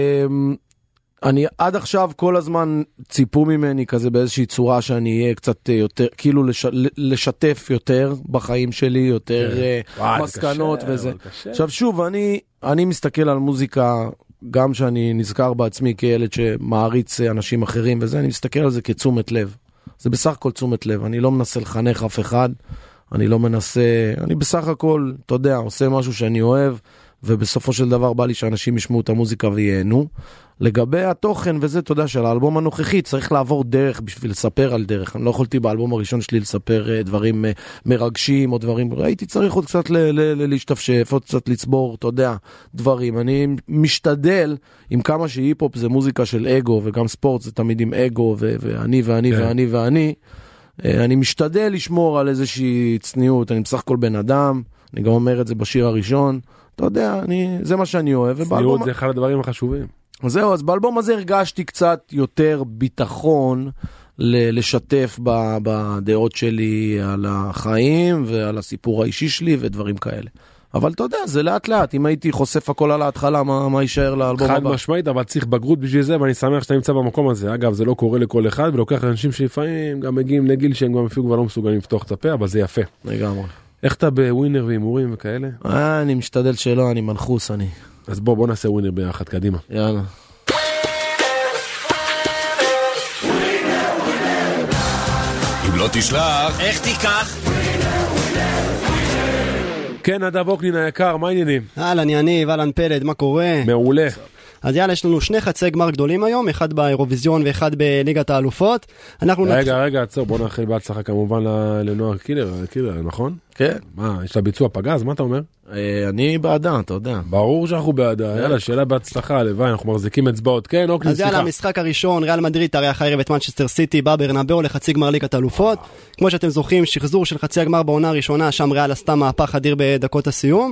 אני עד עכשיו כל הזמן ציפו ממני כזה באיזושהי צורה שאני אהיה קצת יותר, כאילו לש... לשתף יותר בחיים שלי, יותר כן. וואי, מסקנות קשה, וזה. עכשיו שוב, אני, אני מסתכל על מוזיקה... גם שאני נזכר בעצמי כילד שמעריץ אנשים אחרים וזה, אני מסתכל על זה כתשומת לב. זה בסך הכל תשומת לב. אני לא מנסה לחנך אף אחד, אני לא מנסה, אני בסך הכל, אתה יודע, עושה משהו שאני אוהב, ובסופו של דבר בא לי שאנשים ישמעו את המוזיקה וייהנו. לגבי התוכן וזה, אתה יודע, של האלבום הנוכחי, צריך לעבור דרך בשביל לספר על דרך. אני לא יכולתי באלבום הראשון שלי לספר דברים מרגשים או דברים, הייתי צריך עוד קצת להשתפשף, עוד קצת לצבור, אתה יודע, דברים. אני משתדל, עם כמה שהיפ-הופ זה מוזיקה של אגו, וגם ספורט זה תמיד עם אגו, ואני ואני ואני ואני, אני משתדל לשמור על איזושהי צניעות, אני בסך הכל בן אדם, אני גם אומר את זה בשיר הראשון, אתה יודע, אני, זה מה שאני אוהב. צניעות זה אחד הדברים החשובים. אז זהו, אז באלבום הזה הרגשתי קצת יותר ביטחון לשתף בדעות שלי על החיים ועל הסיפור האישי שלי ודברים כאלה. אבל אתה יודע, זה לאט לאט, אם הייתי חושף הכל על ההתחלה, מה, מה יישאר לאלבום הבא? חד משמעית, אבל צריך בגרות בשביל זה, ואני שמח שאתה נמצא במקום הזה. אגב, זה לא קורה לכל אחד, ולוקח לאנשים שלפעמים גם מגיעים לגיל שהם גם אפילו כבר לא מסוגלים לפתוח את הפה, אבל זה יפה. לגמרי. איך אתה בווינר ואימורים וכאלה? אה, אני משתדל שלא, אני מנחוס, אני. אז בוא, בוא נעשה ווינר ביחד, קדימה. יאללה. אם לא תשלח, איך תיקח? כן, נדב אוקנין היקר, מה העניינים? אהלן, יניב, אהלן פלד, מה קורה? מעולה. אז יאללה, יש לנו שני חצי גמר גדולים היום, אחד באירוויזיון ואחד בליגת האלופות. רגע, רגע, עצור, בוא נאחל בהצלחה כמובן לנוער קילר, קילר, נכון? כן. מה, יש לה ביצוע פגז, מה אתה אומר? אני בעדה, אתה יודע. ברור שאנחנו בעדה, יאללה, שאלה בהצלחה, לוואי, אנחנו מחזיקים אצבעות, כן, אוקנין, אז יאללה, המשחק הראשון, ריאל מדריד תארח הערב את מנצ'סטר סיטי בברנבאו לחצי גמר ליגת האלופות. כמו שאתם זוכרים, שחזור של חצי הגמר בעונה הראשונה, שם ריאל עשתה מהפך אדיר בדקות הסיום.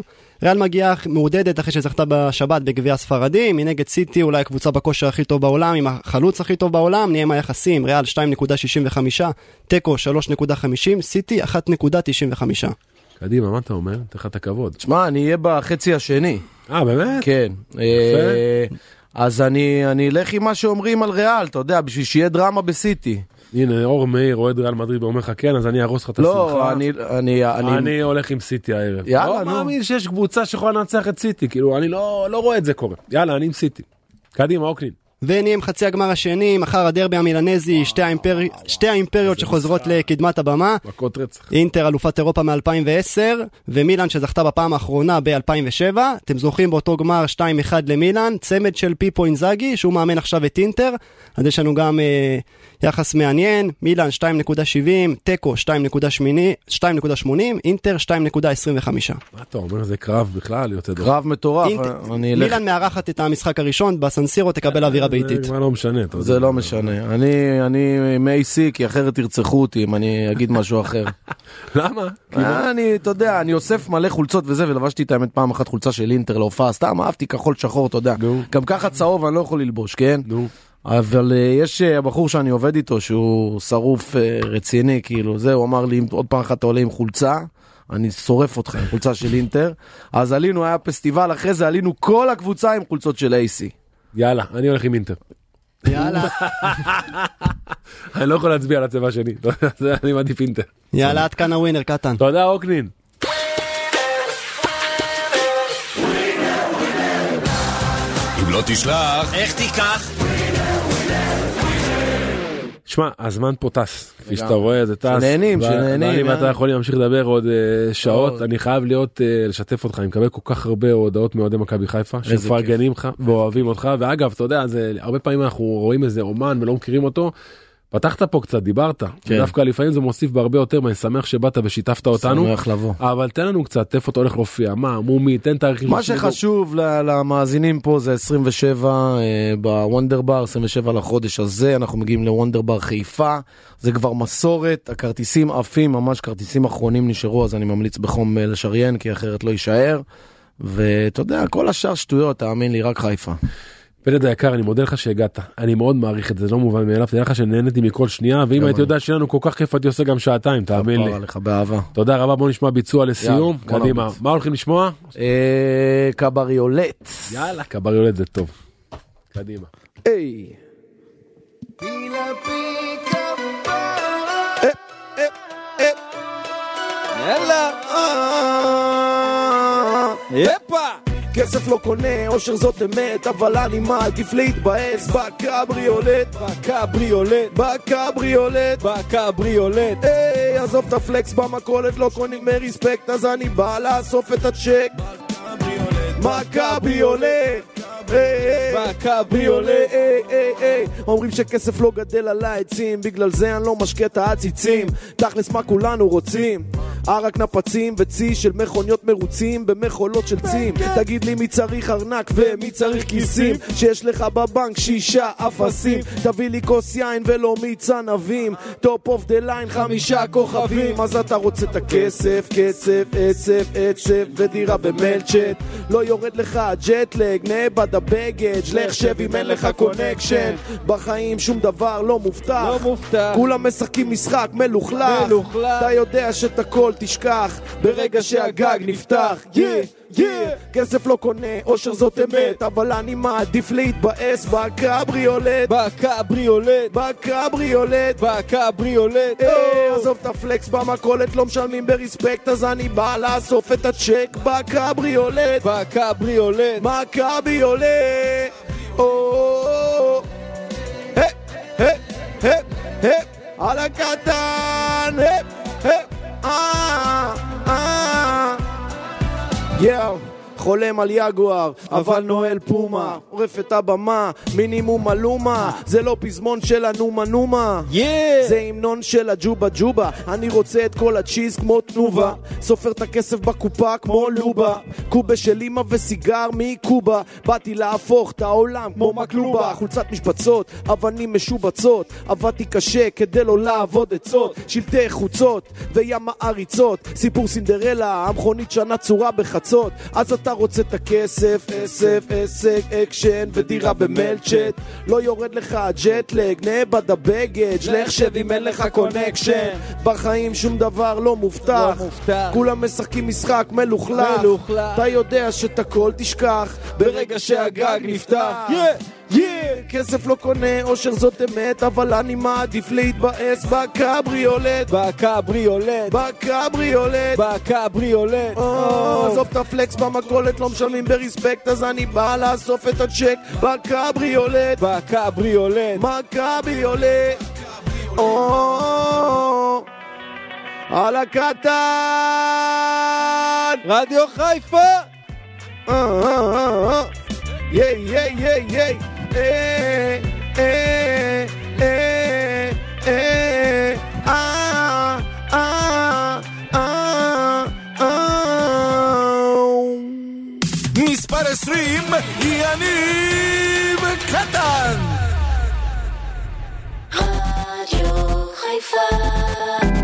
ריאל מגיעה מעודדת אחרי שזכתה בשבת בגביע הספרדים, מנגד סיטי אולי הקבוצה בכושר הכי טוב בעולם, עם החלוץ הכי טוב בעולם, נהיה מה יחסים, ריאל שתיים נקודה שישים וחמש, טקו שלוש נקודה חמישים, סיטי אחת נקודה תשעים וחמש. קדימה, מה אתה אומר? תלך את הכבוד. תשמע, אני אהיה בחצי השני. אה, באמת? כן. אז אני, אני אלך עם מה שאומרים על ריאל, אתה יודע, בשביל שיהיה דרמה בסיטי. הנה, אור מאיר, רואה ריאל מדריד ואומר לך כן, אז אני ארוס לך את השמחה. לא, אני, אני, אני... אני הולך עם סיטי הערב. יאללה, לא מאמין שיש קבוצה שיכולה לנצח את סיטי, כאילו, אני לא, לא רואה את זה קורה. יאללה, אני עם סיטי. קדימה, אוקלין. ונהיה עם חצי הגמר השני, מחר הדרבי המילנזי, שתי, האימפר... שתי האימפריות שחוזרות לקדמת הבמה. מכות רצח. אינטר אלופת אירופה מ-אלפיים ועשר, ומילאן שזכתה בפעם האחרונה ב-אלפיים ושבע. אתם זוכרים באותו גמר שתיים אחד למילאן, צמד של פיפו אינזאגי, שהוא מאמן עכשיו את אינטר. אז יש לנו גם אה, יחס מעניין, מילאן שתיים נקודה שבעים, טקו שתיים נקודה שמונים, אינטר שתיים נקודה עשרים וחמש. מה אתה אומר? זה קרב בכלל יוצא דור. קרב מטורף. אינטר... מילאן מארחת את המשחק הראשון, בסנסירו תקבל אווירה ביתית. זה לא משנה. זה לא משנה. אני, אני מייסי, כי אחרת תרצחו אותי אם אני אגיד משהו אחר. למה? אני, אתה יודע, אני אוסף מלא חולצות וזה, ולבשתי את האמת פעם אחת חולצה של אינטר להופעה, סתם אהבתי כחול שחור, אתה יודע. גם ככה צהוב אני לא יכול ללבוש, כן? אבל יש הבחור שאני עובד איתו, שהוא שרוף רציני, כאילו, זה, הוא אמר לי, עוד פעם אחת אתה עולה עם חולצה, אני שורף אותך עם חולצה של אינטר. אז עלינו, היה פסטיבל, אחרי זה עלינו כל הקבוצה עם חולצות של איי סי. יאללה, אני הולך עם אינטר. יאללה. אני לא יכול להצביע על הצבע שני, אני מעדיף אינטר. יאללה, עד כאן הווינר, קטן. תודה, אוקנין. אם לא תשלח, איך תיקח? שמע, הזמן פה טס, כפי שאתה רואה, זה טס. שנהנים, שנהנים. ואני ואתה יכולים להמשיך לדבר עוד שעות, אני חייב להיות, לשתף אותך, אני מקבל כל כך הרבה הודעות מאוהדי מכבי חיפה, שמפרגנים לך ואוהבים אותך, ואגב, אתה יודע, הרבה פעמים אנחנו רואים איזה אומן ולא מכירים אותו, פתחת פה קצת, דיברת, דווקא לפעמים זה מוסיף בהרבה יותר, ואני שמח שבאת ושיתפת אותנו, שמח לבוא. אבל תן לנו קצת, איפה אתה הולך להופיע, מה, מומי, תן תאריכים. מה שחשוב למאזינים פה זה עשרים ושבע בוונדר בר, עשרים ושבע לחודש הזה, אנחנו מגיעים לוונדר בר חיפה, זה כבר מסורת, הכרטיסים עפים, ממש כרטיסים אחרונים נשארו, אז אני ממליץ בחום לשריין, כי אחרת לא יישאר, ואתה יודע, כל השאר שטויות, תאמין לי, רק חיפה. פלד היקר, אני מודה לך שהגעת, אני מאוד מעריך את זה, לא מובן מאליו, תדע לך שנהנתי מכל שנייה, ואם הייתי יודע שלנו כל כך כיף, הייתי עושה גם שעתיים, תאמין לי. לך באהבה. תודה רבה, בוא נשמע ביצוע לסיום, קדימה. מה הולכים לשמוע? קבריולט. יאללה, קבריולט זה טוב. קדימה. היי. יאללה. יפה. כסף לא קונה, אושר זאת אמת, אבל אני מעדיף להתבאס בקבריולט, בקבריולט, בקבריולט, בקבריולט. היי, עזוב את הפלקס במכולת, לא קונים מריספקט, אז אני בא לאסוף את הצ'ק. בקבריולט, בקבריולט, אומרים שכסף לא גדל על העצים, בגלל זה אני לא משקה את העציצים. תכלס מה כולנו רוצים? ערק נפצים וצי של מכוניות מרוצים במחולות של צים. תגיד לי מי צריך ארנק ומי צריך כיסים, שיש לך בבנק שישה אפסים. תביא לי כוס יין ולא מיץ ענבים, טופ אוף דה ליין חמישה כוכבים. אז אתה רוצה את הכסף, קצב, עצב, עצב ודירה במלצ'ט. לא יורד לך ג'טלג, נאבד הבגג', לך שב אם אין לך קונקשן. בחיים שום דבר לא מובטח, לא מובטח. כולם משחקים משחק מלוכלך, מלוכלך. אתה יודע שאת הכל תשכח ברגע שהגג נפתח. יא יא, כסף לא קונה, אושר זאת אמת, אבל אני מעדיף להתבאס בקבריולט, בקבריולט, בקבריולט, בקבריולט. עזוב את הפלקס במכולת, לא משלמים בריספקט, אז אני בא לאסוף את הצ'ק בקבריולט, בקבריולט, בקבריולט. היי היי היי היי על הקטן, היי היי אה אה יאו, חולם על יגואר, אבל נועל פומה, עורף את הבמה, מינימום מלומה, זה לא פזמון של הנומה נומה, yeah. זה המנון של הג'ובה ג'ובה, אני רוצה את כל הצ'יז כמו תנובה, סופר את הכסף בקופה כמו לובה, קובה של אמא וסיגר מקובה, באתי להפוך את העולם כמו מקלובה, חולצת משבצות, אבנים משובצות, עבדתי קשה כדי לא לעבוד עצות, שלטי חוצות וים העריצות, סיפור סינדרלה, המכונית שנה צורה בחצות, אז אתה רוצה את הכסף, אסף, עסק, אקשן ודירה במלצ'ט, לא יורד לך הג'טלג, נאבד הבגד, שלך שב אם אין לך קונקשן, בחיים שום דבר לא מובטח, כולם משחקים משחק מלוכלך, אתה יודע שאת הכל תשכח ברגע שהגג נפתח. כסף לא קונה, אושר זאת אמת, אבל אני מעדיף להתבאס בקבריולט, בקבריולט, בקבריולט, בקבריולט. עזוב את הפלקס במקולת, לא משלמים ברספקט, אז אני בא לאסוף את הצ'ק בקבריולט, בקבריולט, מקבריולט. על הקטן רדיו חיפה, ייי ייי ייי ייי, אה אה אה אה אה אה אה אה. מספר עשרים, יניב קטן. רדיו חיפה